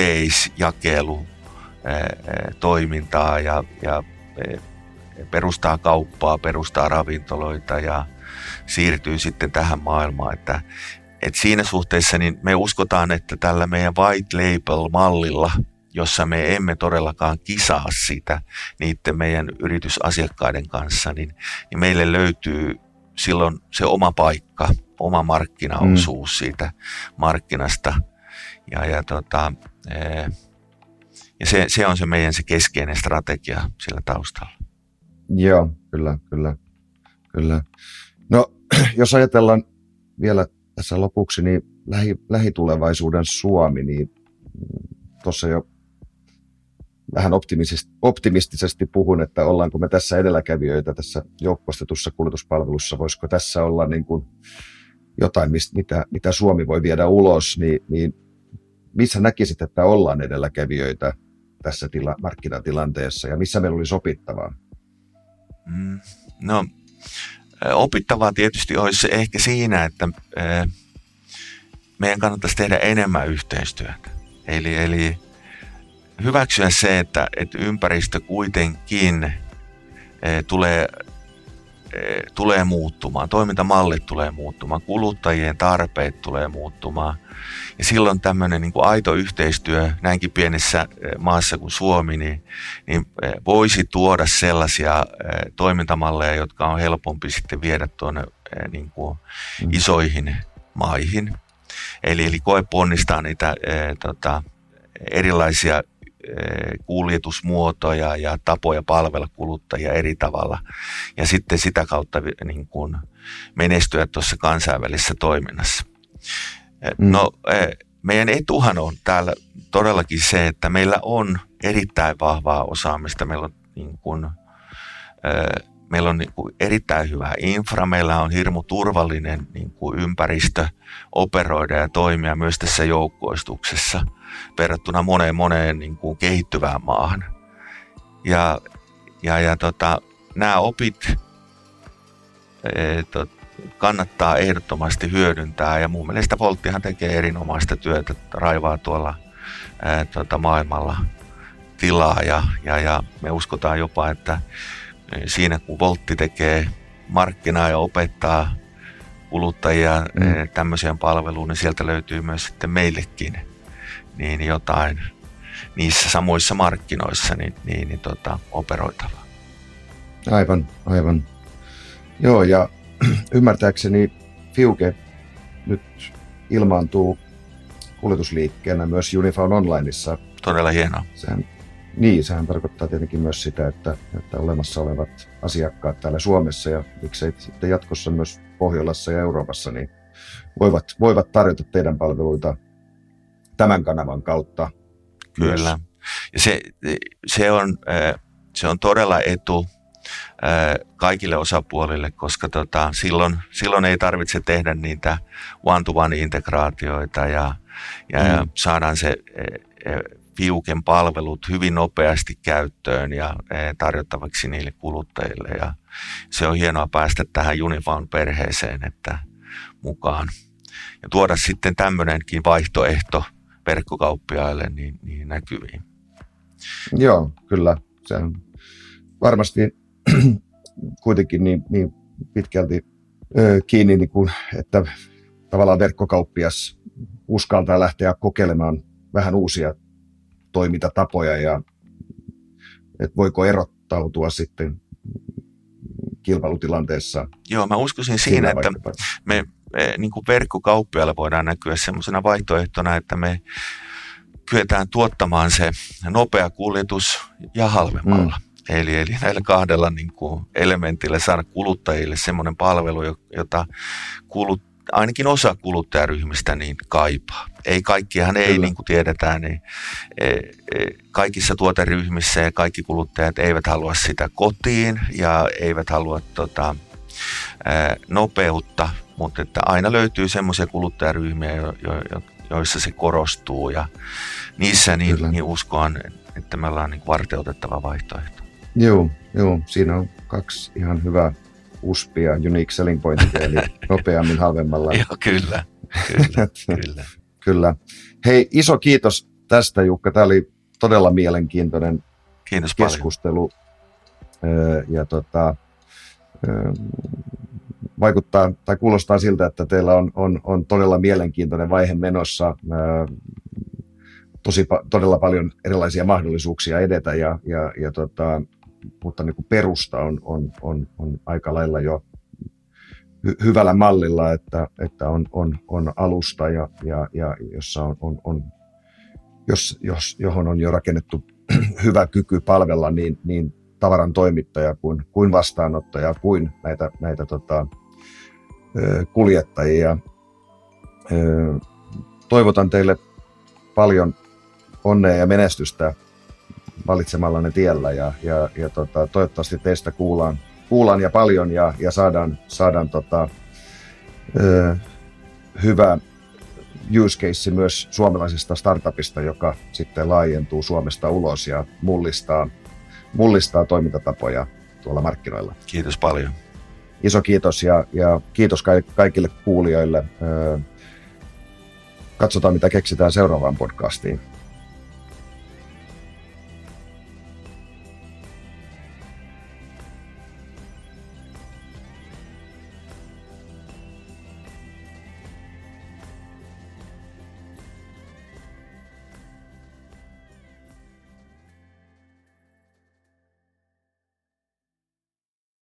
yleisjakelutoimintaa ja, ja ää, perustaa kauppaa, perustaa ravintoloita ja siirtyy sitten tähän maailmaan. Että, et siinä suhteessa niin me uskotaan, että tällä meidän white label-mallilla, jossa me emme todellakaan kisaa sitä niiden meidän yritysasiakkaiden kanssa, niin, niin meille löytyy silloin se oma paikka, oma markkinaosuus mm. siitä markkinasta. Ja, ja, tota, ja se, se on se meidän se keskeinen strategia sillä taustalla.
Joo, kyllä, kyllä, kyllä. No, jos ajatellaan vielä tässä lopuksi, niin lähi, lähitulevaisuuden Suomi, niin tuossa jo vähän optimistisesti puhun, että ollaanko me tässä edelläkävijöitä tässä joukkoistetussa kuljetuspalvelussa, voisiko tässä olla niin kuin jotain, mitä, mitä Suomi voi viedä ulos, niin, niin missä näkisit, että ollaan edelläkävijöitä tässä tila, markkinatilanteessa ja missä meillä olisi opittavaa?
Mm, no, opittavaa tietysti olisi ehkä siinä, että meidän kannattaisi tehdä enemmän yhteistyötä. Eli, eli hyväksyä se, että, että ympäristö kuitenkin e, tulee, e, tulee muuttumaan, toimintamallit tulee muuttumaan, kuluttajien tarpeet tulee muuttumaan. Ja silloin tämmöinen niin kuin aito yhteistyö näinkin pienessä maassa kuin Suomi, niin, niin voisi tuoda sellaisia e, toimintamalleja, jotka on helpompi sitten viedä tuonne e, niin kuin isoihin maihin. Eli, eli koe ponnistaa niitä e, tota, erilaisia kuljetusmuotoja ja tapoja palvella kuluttajia eri tavalla ja sitten sitä kautta niin kuin menestyä tuossa kansainvälisessä toiminnassa. Mm. No, meidän etuhan on täällä todellakin se, että meillä on erittäin vahvaa osaamista. Meillä on, niin kuin, meillä on niin kuin erittäin hyvä infra, meillä on hirmu turvallinen niin kuin ympäristö operoida ja toimia myös tässä joukkoistuksessa verrattuna moneen moneen niin kuin kehittyvään maahan. Ja, ja, ja tota, nämä opit e, tot, kannattaa ehdottomasti hyödyntää ja mun mielestä Wolttihan tekee erinomaista työtä, raivaa tuolla e, tota, maailmalla tilaa ja, ja, ja me uskotaan jopa, että siinä kun Woltti tekee markkinaa ja opettaa kuluttajia mm. e, tämmöiseen palveluun, niin sieltä löytyy myös sitten meillekin niin jotain niissä samoissa markkinoissa niin, niin, niin tota, operoitavaa.
Aivan, aivan. Joo, ja ymmärtääkseni Fiuke nyt ilmaantuu kuljetusliikkeenä myös Unifound Onlineissa.
Todella hienoa.
Sehän, niin, sehän tarkoittaa tietenkin myös sitä, että, että olemassa olevat asiakkaat täällä Suomessa ja miksei sitten jatkossa myös Pohjolassa ja Euroopassa niin voivat, voivat tarjota teidän palveluita tämän kanavan kautta.
Kyllä. Ja se, se, on, se on todella etu kaikille osapuolille, koska tota, silloin, silloin ei tarvitse tehdä niitä one-to-one integraatioita ja, ja mm. saadaan se Fiuken palvelut hyvin nopeasti käyttöön ja tarjottavaksi niille kuluttajille. Ja se on hienoa päästä tähän Unifound-perheeseen että mukaan ja tuoda sitten tämmöinenkin vaihtoehto verkkokauppiaille niin, niin näkyviin.
Joo, kyllä. Se on varmasti kuitenkin niin, niin pitkälti ö, kiinni, niin kuin, että tavallaan verkkokauppias uskaltaa lähteä kokeilemaan vähän uusia toimintatapoja ja että voiko erottautua sitten kilpailutilanteessa.
Joo, mä uskoisin siinä, että me, me niin kuin verkkokauppiailla voidaan näkyä semmoisena vaihtoehtona, että me kyetään tuottamaan se nopea kuljetus ja halvemmalla. Mm. Eli, eli näillä kahdella niin kuin elementillä saada kuluttajille semmoinen palvelu, jota kulut, ainakin osa kuluttajaryhmistä niin kaipaa. Ei kaikkihan ei, niin kuin tiedetään, niin e, e, kaikissa tuoteryhmissä ja kaikki kuluttajat eivät halua sitä kotiin ja eivät halua tota, e, nopeutta, mutta että aina löytyy semmoisia kuluttajaryhmiä, jo, jo, joissa se korostuu ja niissä niin, niin uskoan, että me ollaan niin varteutettava vaihtoehto.
Joo, joo, siinä on kaksi ihan hyvää U S P ja unique selling pointia, eli nopeammin halvemmalla.
Joo, kyllä, kyllä, kyllä.
Kyllä. Hei, iso kiitos tästä, Jukka. Tämä oli todella mielenkiintoinen
kiitos
keskustelu. Paljon. Ja tota, vaikuttaa tai kuulostaa siltä, että teillä on, on, on todella mielenkiintoinen vaihe menossa. Tosi todella paljon erilaisia mahdollisuuksia edetä, ja, ja, ja tota, mutta niin kuin perusta on, on, on, on aika lailla jo hy, hyvällä mallilla, että, että on, on, on alusta, ja, ja, ja jossa on, on, on, jos, jos, johon on jo rakennettu hyvä kyky palvella niin, niin tavaran toimittaja kuin, kuin vastaanottaja kuin näitä, näitä tota, kuljettajia. Toivotan teille paljon onnea ja menestystä valitsemallanne tiellä ja, ja, ja tota, toivottavasti teistä kuullaan, kuullaan ja paljon ja, ja saadaan, saadaan tota, ö, hyvä use case myös suomalaisesta startupista, joka sitten laajentuu Suomesta ulos ja mullistaa, mullistaa toimintatapoja tuolla markkinoilla.
Kiitos paljon.
Iso kiitos ja, ja kiitos kaikille kuulijoille. Katsotaan, mitä keksitään seuraavaan podcastiin.